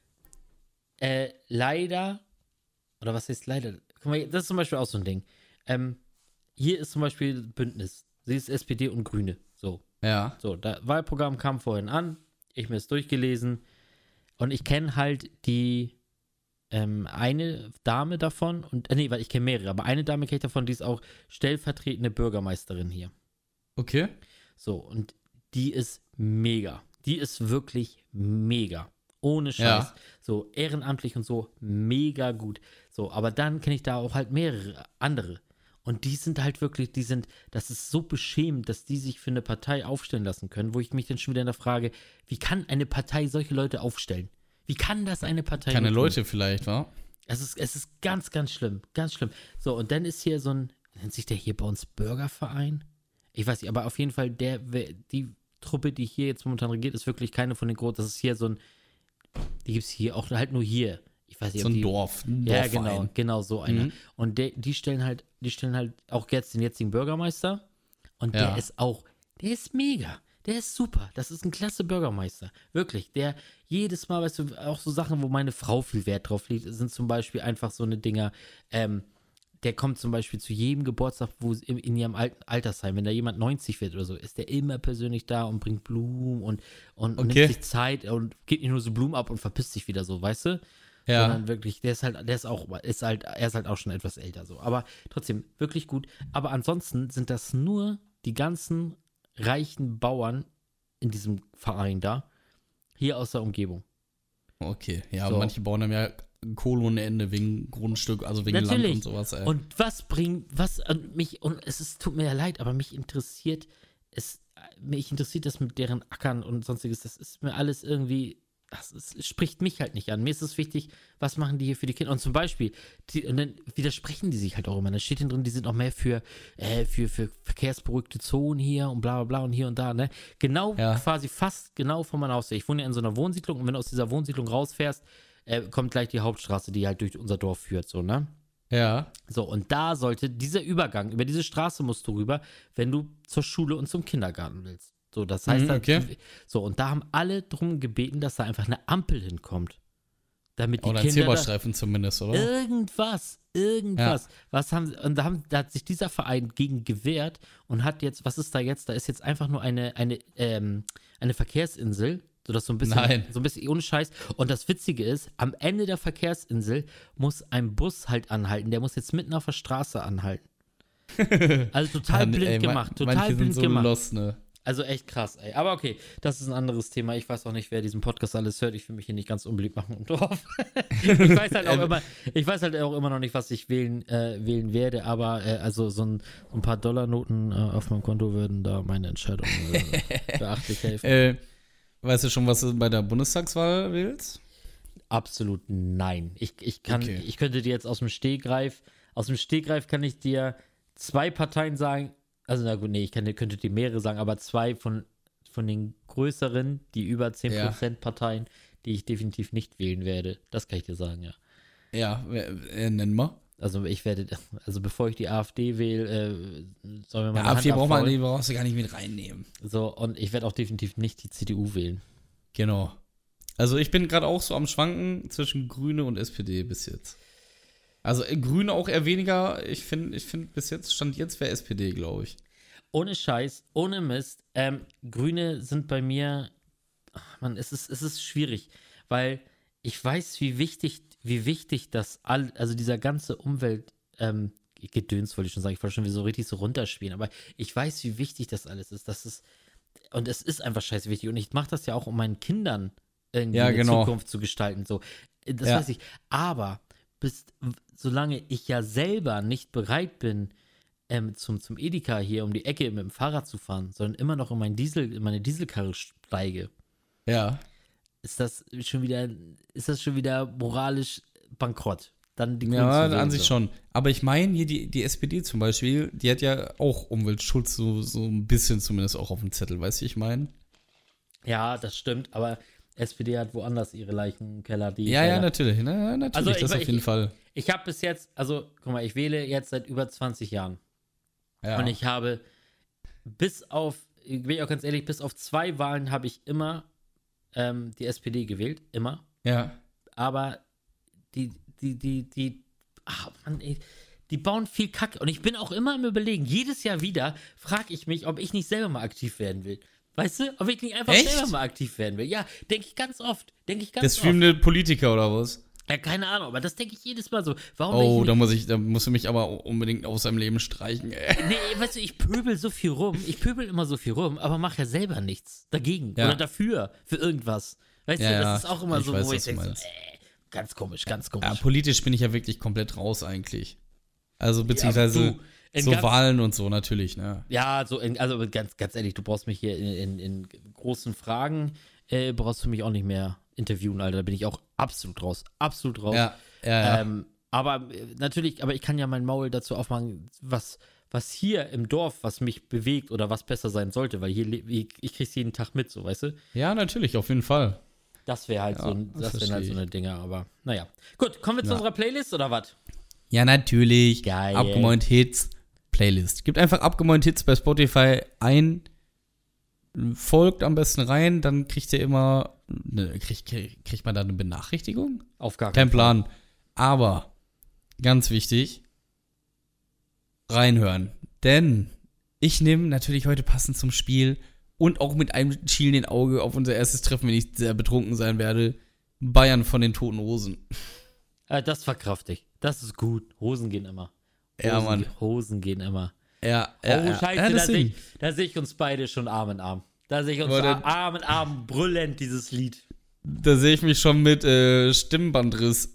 äh, leider, oder was heißt leider? Guck mal, das ist zum Beispiel auch so ein Ding. Ähm, hier ist zum Beispiel Bündnis. Sie ist S P D und Grüne. So. Ja. So, das Wahlprogramm kam vorhin an. Ich mir es durchgelesen. Und ich kenne halt die ähm, eine Dame davon. Und, äh, nee, weil ich kenne mehrere. Aber eine Dame kenne ich davon, die ist auch stellvertretende Bürgermeisterin hier. Okay. So, und die ist mega. Die ist wirklich mega. Ohne Scheiß. Ja. So, ehrenamtlich und so, mega gut. So, aber dann kenne ich da auch halt mehrere andere. Und die sind halt wirklich, die sind, das ist so beschämend, dass die sich für eine Partei aufstellen lassen können, wo ich mich dann schon wieder in der Frage, wie kann eine Partei solche Leute aufstellen? Wie kann das eine Partei Keine tun? Leute vielleicht, wa? Es ist, es ist ganz, ganz schlimm. Ganz schlimm. So, und dann ist hier so ein, nennt sich der hier bei uns Bürgerverein? Ich weiß nicht, aber auf jeden Fall, der, die Truppe, die hier jetzt momentan regiert, ist wirklich keine von den großen. Das ist hier so ein, die gibt es hier auch halt nur hier. Ich weiß nicht, So ob ein die, Dorf. Ein ja, Dorfverein. genau, genau so einer. Mhm. Und der, die stellen halt, die stellen halt auch jetzt den jetzigen Bürgermeister. Und Ja. der ist auch, der ist mega. Der ist super. Das ist ein klasse Bürgermeister. Wirklich. Der jedes Mal, weißt du, auch so Sachen, wo meine Frau viel Wert drauf legt, sind zum Beispiel einfach so eine Dinger, ähm, der kommt zum Beispiel zu jedem Geburtstag, wo in, in ihrem alten Altersheim, wenn da jemand neunzig wird oder so, ist der immer persönlich da und bringt Blumen und, und Okay. nimmt sich Zeit und gibt nicht nur so Blumen ab und verpisst sich wieder so, weißt du? Ja. Sondern wirklich, der ist halt, der ist auch, ist halt, er ist halt auch schon etwas älter so. Aber trotzdem, wirklich gut. Aber ansonsten sind das nur die ganzen reichen Bauern in diesem Verein da, hier aus der Umgebung. Okay. Ja, So. manche bauen dann ja Kohle ohne Ende wegen Grundstück, also wegen Natürlich. Land und sowas. Ey. Und was bringt, was an mich, und es ist, tut mir ja leid, aber mich interessiert, es, mich interessiert das mit deren Ackern und sonstiges, das ist mir alles irgendwie, das ist, spricht mich halt nicht an. Mir ist es wichtig, was machen die hier für die Kinder? Und zum Beispiel, die, und dann widersprechen die sich halt auch immer. Da steht hinten drin, die sind auch mehr für, äh, für, für verkehrsberuhigte Zonen hier und bla bla bla und hier und da, ne? Genau, Ja. quasi fast genau von meiner Haustür. Ich wohne ja in so einer Wohnsiedlung und wenn du aus dieser Wohnsiedlung rausfährst, äh, kommt gleich die Hauptstraße, die halt durch unser Dorf führt, so, ne? Ja. So, und da sollte dieser Übergang, über diese Straße musst du rüber, wenn du zur Schule und zum Kindergarten willst. So, das heißt, Mhm, da- okay. so, und da haben alle drum gebeten, dass da einfach eine Ampel hinkommt. Damit die Oder ein Kinder da, Zebrastreifen zumindest, oder? irgendwas, irgendwas. Was haben, und da, haben, da hat sich dieser Verein gegen gewehrt und hat jetzt, was ist da jetzt? Da ist jetzt einfach nur eine, eine, ähm, eine Verkehrsinsel, sodass so ein bisschen, Nein. so ein bisschen ohne Scheiß. Und das Witzige ist, am Ende der Verkehrsinsel muss ein Bus halt anhalten. Der muss jetzt mitten auf der Straße anhalten. Also total Mann, blind ey, ma- gemacht, total manche blind sind so gemacht. lost, ne? Also echt krass, ey. Aber okay, das ist ein anderes Thema. Ich weiß auch nicht, wer diesen Podcast alles hört. Ich will mich hier nicht ganz unbeliebt machen im Dorf. ich weiß halt auch Ähm. immer, ich weiß halt auch immer noch nicht, was ich wählen, äh, wählen werde, aber äh, also so ein, so ein paar Dollarnoten äh, auf meinem Konto würden da meine Entscheidung äh, beachtlich helfen. Äh, weißt du schon, was du bei der Bundestagswahl willst? Absolut nein. Ich, ich kann, Okay. ich könnte dir jetzt aus dem Stegreif, aus dem Stegreif kann ich dir zwei Parteien sagen, also na gut, nee, ich kann, könnte dir mehrere sagen, aber zwei von, von den größeren, die über zehn Prozent Parteien, die ich definitiv nicht wählen werde. Das kann ich dir sagen, ja. Ja, wer- äh, nenn mal. Also ich werde, also bevor ich die AfD wähle, äh, sollen wir mal Ja, AfD braucht man, die brauchst du gar nicht mit reinnehmen. So, und ich werde auch definitiv nicht die C D U wählen. Genau. Also ich bin gerade auch so am Schwanken zwischen Grüne und S P D bis jetzt. Also äh, Grüne auch eher weniger. Ich finde, ich finde bis jetzt, Stand jetzt wäre S P D, glaube ich. Ohne Scheiß, ohne Mist. Ähm, Grüne sind bei mir, ach Mann, es ist, es ist schwierig, weil ich weiß, wie wichtig, wie wichtig das all, also dieser ganze Umwelt, ähm, Gedöns, wollte ich schon sagen. Ich wollte schon wieder so richtig so runterspielen. Aber ich weiß, wie wichtig das alles ist. Das ist und es ist einfach scheiße wichtig. Und ich mache das ja auch, um meinen Kindern irgendwie Ja, eine genau. Zukunft zu gestalten. So. Das Ja. weiß ich. Aber bis, solange ich ja selber nicht bereit bin, ähm, zum, zum Edeka hier um die Ecke mit dem Fahrrad zu fahren, sondern immer noch in, mein Diesel, in meine Dieselkarre steige, Ja. ist das schon wieder, ist das schon wieder moralisch bankrott. Dann die Grünen Ja, zu wählen, an sich so. schon. Aber ich meine, hier die, die S P D zum Beispiel, die hat ja auch Umweltschutz so, so ein bisschen zumindest auch auf dem Zettel, weißt du, wie ich meine? Ja, das stimmt, aber S P D hat woanders ihre Leichenkeller, die. Ja, ja, leider- natürlich. Na, natürlich, Also, ich- das auf ich- jeden Fall. Ich habe bis jetzt, also, guck mal, ich wähle jetzt seit über zwanzig Jahren. Ja. Und ich habe bis auf, ich bin auch ganz ehrlich, bis auf zwei Wahlen habe ich immer ähm, die S P D gewählt. Immer. ja. Aber die, die, die, die, ach Mann, ey, die bauen viel Kack. Und ich bin auch immer im Überlegen, jedes Jahr wieder frage ich mich, ob ich nicht selber mal aktiv werden will. Weißt du? Ob ich nicht einfach Echt? selber mal aktiv werden will. Ja, denke ich ganz oft. Denke ich ganz Der oft. streamende Politiker oder was? Ja, keine Ahnung, aber das denke ich jedes Mal so. Warum Oh, bin da ich muss ich, da musst du mich aber unbedingt aus seinem Leben streichen, ey. nicht, nee, weißt du, ich pöbel so viel rum. Ich pöbel immer so viel rum, aber mache ja selber nichts dagegen Ja. oder dafür, für irgendwas. Weißt Ja, du, ja, das ist auch immer ich so, weiß, wo was ich du denke, so, meinst. äh, ganz komisch, ganz komisch. Ja, politisch bin ich ja wirklich komplett raus eigentlich. Also beziehungsweise Ja, du, in so ganz- Wahlen und so natürlich, ne? Ja, so in, also ganz, ganz ehrlich, du brauchst mich hier in, in, in großen Fragen, äh, brauchst du mich auch nicht mehr interviewen, Alter. Da bin ich auch absolut raus. Absolut raus. Ja, ja, ja. Ähm, aber äh, natürlich, aber ich kann ja mein Maul dazu aufmachen, was, was hier im Dorf, was mich bewegt oder was besser sein sollte, weil hier, le- ich, ich krieg's jeden Tag mit, so, weißt du? Ja, natürlich, auf jeden Fall. Das wäre halt Ja, so, ein- das das wären halt so verstehe eine Dinger, aber naja. Gut, kommen wir zu Ja. unserer Playlist oder was? Ja, natürlich. Geil. Abgemäunt Hits Playlist. Gibt einfach Abgemäunt Hits bei Spotify ein, folgt am besten rein, dann kriegt ihr immer, ne, kriegt, kriegt man da eine Benachrichtigung? Auf gar Kein keinen Fall. Plan. Aber, ganz wichtig, reinhören. Denn ich nehme natürlich heute passend zum Spiel und auch mit einem schielenden Auge auf unser erstes Treffen, wenn ich sehr betrunken sein werde, Bayern von den Toten Hosen. Äh, das verkraft ich. Das ist gut. Hosen gehen immer. Hosen, Ja, Mann. Hosen gehen immer. Ja, Oh, ja, ja. scheiße, ja, da sehe deswegen. ich, da seh ich uns beide schon Arm in Arm. Da sehe ich uns Aber dann- Arm in Arm brüllend, dieses Lied. Da sehe ich mich schon mit äh, Stimmbandriss.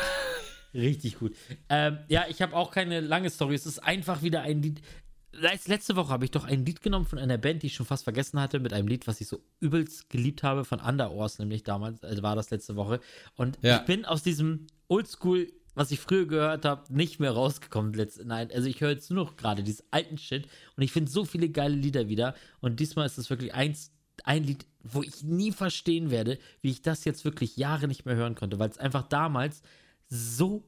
Richtig gut. Ähm, ja, ich habe auch keine lange Story. Es ist einfach wieder ein Lied. Letz- Letzte Woche habe ich doch ein Lied genommen von einer Band, die ich schon fast vergessen hatte, mit einem Lied, was ich so übelst geliebt habe, von Underoars, nämlich damals, also war das letzte Woche. Und Ja. ich bin aus diesem Oldschool, was ich früher gehört habe, nicht mehr rausgekommen. Letzt, nein, also ich höre jetzt nur noch gerade diesen alten Shit und ich finde so viele geile Lieder wieder. Und diesmal ist es wirklich eins, ein Lied, wo ich nie verstehen werde, wie ich das jetzt wirklich Jahre nicht mehr hören konnte, weil es einfach damals so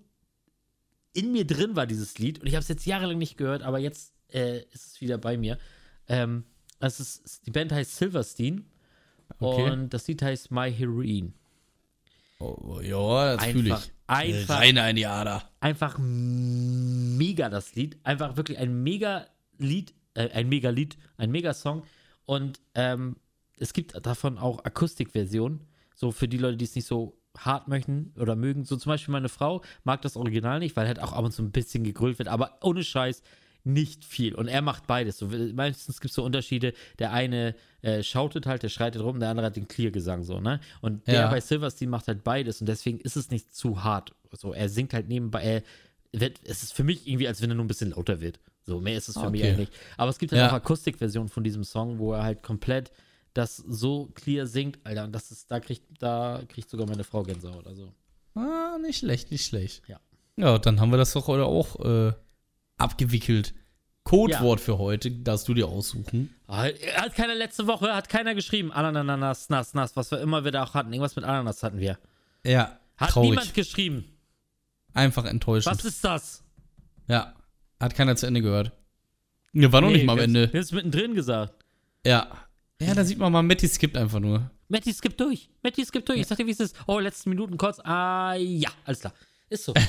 in mir drin war, dieses Lied. Und ich habe es jetzt jahrelang nicht gehört, aber jetzt äh, ist es wieder bei mir. Ähm, das ist, die Band heißt Silverstein Okay. und das Lied heißt My Heroine. Oh, ja, das fühle Einfach, ich. einfach, Rein in die Ader. einfach mega das Lied. Einfach wirklich ein mega Lied, äh, ein mega Lied, ein mega Song. Und ähm, es gibt davon auch Akustikversionen. So für die Leute, die es nicht so hart möchten oder mögen. So zum Beispiel meine Frau mag das Original nicht, weil halt auch ab und zu ein bisschen gegrölt wird. Aber ohne Scheiß nicht viel. Und er macht beides. So, meistens gibt es so Unterschiede. Der eine äh, schautet halt, der schreitet rum, der andere hat den Clear-Gesang so, ne? Und der Ja. bei Silverstein macht halt beides und deswegen ist es nicht zu hart. So, er singt halt nebenbei, er wird, es ist für mich irgendwie, als wenn er nur ein bisschen lauter wird. So, mehr ist es für Okay. mich eigentlich. Aber es gibt halt Ja. auch Akustikversionen von diesem Song, wo er halt komplett das so clear singt, Alter. Und das ist, da kriegt, da kriegt sogar meine Frau Gänsehaut. Also, Ah, nicht schlecht, nicht schlecht. Ja. Ja, dann haben wir das doch heute auch äh, abgewickelt. Codewort für heute, darfst du dir aussuchen. hat keiner letzte Woche, hat keiner geschrieben. Ananas, nass, nass, was wir immer wieder auch hatten. Irgendwas mit Ananas hatten wir. Ja, Hat traurig. niemand geschrieben. Einfach enttäuschend. Was ist das? Ja, hat keiner zu Ende gehört. Wir waren noch nicht mal am wir Ende. haben es mittendrin gesagt. Ja. Ja, da sieht man mal, Matti skippt einfach nur. Matti skippt durch. Matti skippt durch. Ich sag dir, wie es ist. Oh, letzten Minuten kurz. Ah, ja. Alles klar. Ist so.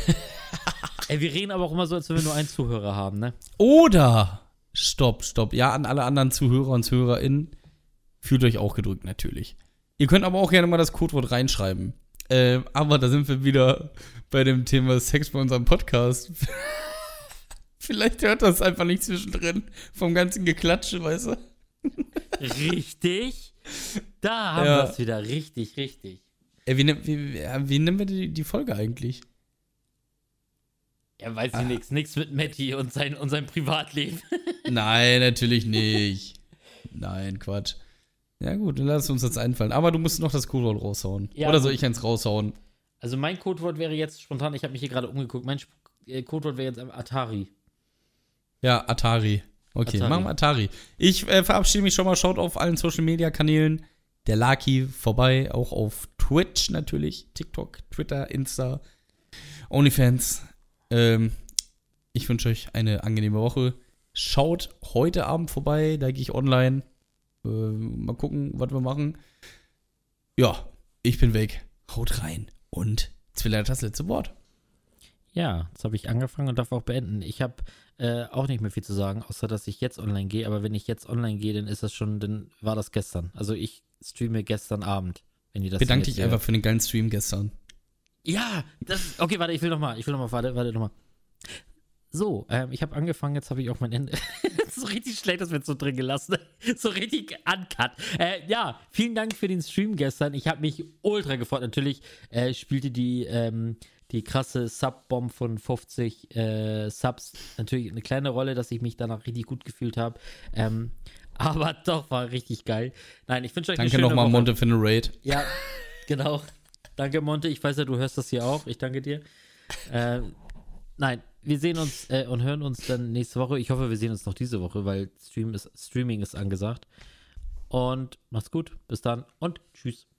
Ey, wir reden aber auch immer so, als wenn wir nur einen Zuhörer haben, ne? Oder, stopp, stopp. Ja, an alle anderen Zuhörer und ZuhörerInnen, fühlt euch auch gedrückt, natürlich. Ihr könnt aber auch gerne mal das Codewort reinschreiben. Äh, aber da sind wir wieder bei dem Thema Sex bei unserem Podcast. Vielleicht hört das einfach nicht zwischendrin vom ganzen Geklatsche, weißt du? Richtig. Da haben Ja. wir es wieder. Richtig, richtig. Ey, wie, ne- wie, wie, wie nennen wir die, die Folge eigentlich? Ja, weiß ich Ah. nichts. Nichts mit Matti und sein, und sein Privatleben. Nein, natürlich nicht. Nein, Quatsch. Ja gut, dann lass uns das einfallen. Aber du musst noch das Codewort raushauen. Ja, Oder soll gut. ich eins raushauen? Also mein Codewort wäre jetzt spontan, ich habe mich hier gerade umgeguckt, mein Sp äh, Codewort wäre jetzt Atari. Ja, Atari. Okay, Atari. machen wir Atari. Ich äh, verabschiede mich schon mal. Schaut auf allen Social-Media-Kanälen der Laki vorbei. Auch auf Twitch natürlich. TikTok, Twitter, Insta, OnlyFans. Ähm, ich wünsche euch eine angenehme Woche. Schaut heute Abend vorbei. Da gehe ich online. Äh, mal gucken, was wir machen. Ja, ich bin weg. Haut rein. Und Zwiller hat das letzte Wort. Ja, jetzt habe ich angefangen und darf auch beenden. Ich habe äh, auch nicht mehr viel zu sagen, außer dass ich jetzt online gehe. Aber wenn ich jetzt online gehe, dann ist das schon, dann war das gestern. Also ich streame gestern Abend, wenn ihr das Bedanke jetzt dich einfach für den geilen Stream gestern. Ja, das okay, warte, ich will noch mal, ich will noch mal, warte, warte noch mal. So, ähm, ich habe angefangen, jetzt habe ich auch mein Ende. So richtig schlecht, das wird so drin gelassen. So richtig uncut. Äh, ja, vielen Dank für den Stream gestern. Ich habe mich ultra gefreut. Natürlich äh, spielte die, ähm, die krasse Sub-Bomb von fünfzig äh, Subs natürlich eine kleine Rolle, dass ich mich danach richtig gut gefühlt habe. Ähm, aber doch, war richtig geil. Nein, ich wünsche euch eine Danke schöne nochmal, Woche. Monte, für den Raid. Ja, genau. Danke, Monte. Ich weiß ja, du hörst das hier auch. Ich danke dir. Äh, nein, wir sehen uns äh, und hören uns dann nächste Woche. Ich hoffe, wir sehen uns noch diese Woche, weil Stream ist, Streaming ist angesagt. Und macht's gut. Bis dann und tschüss.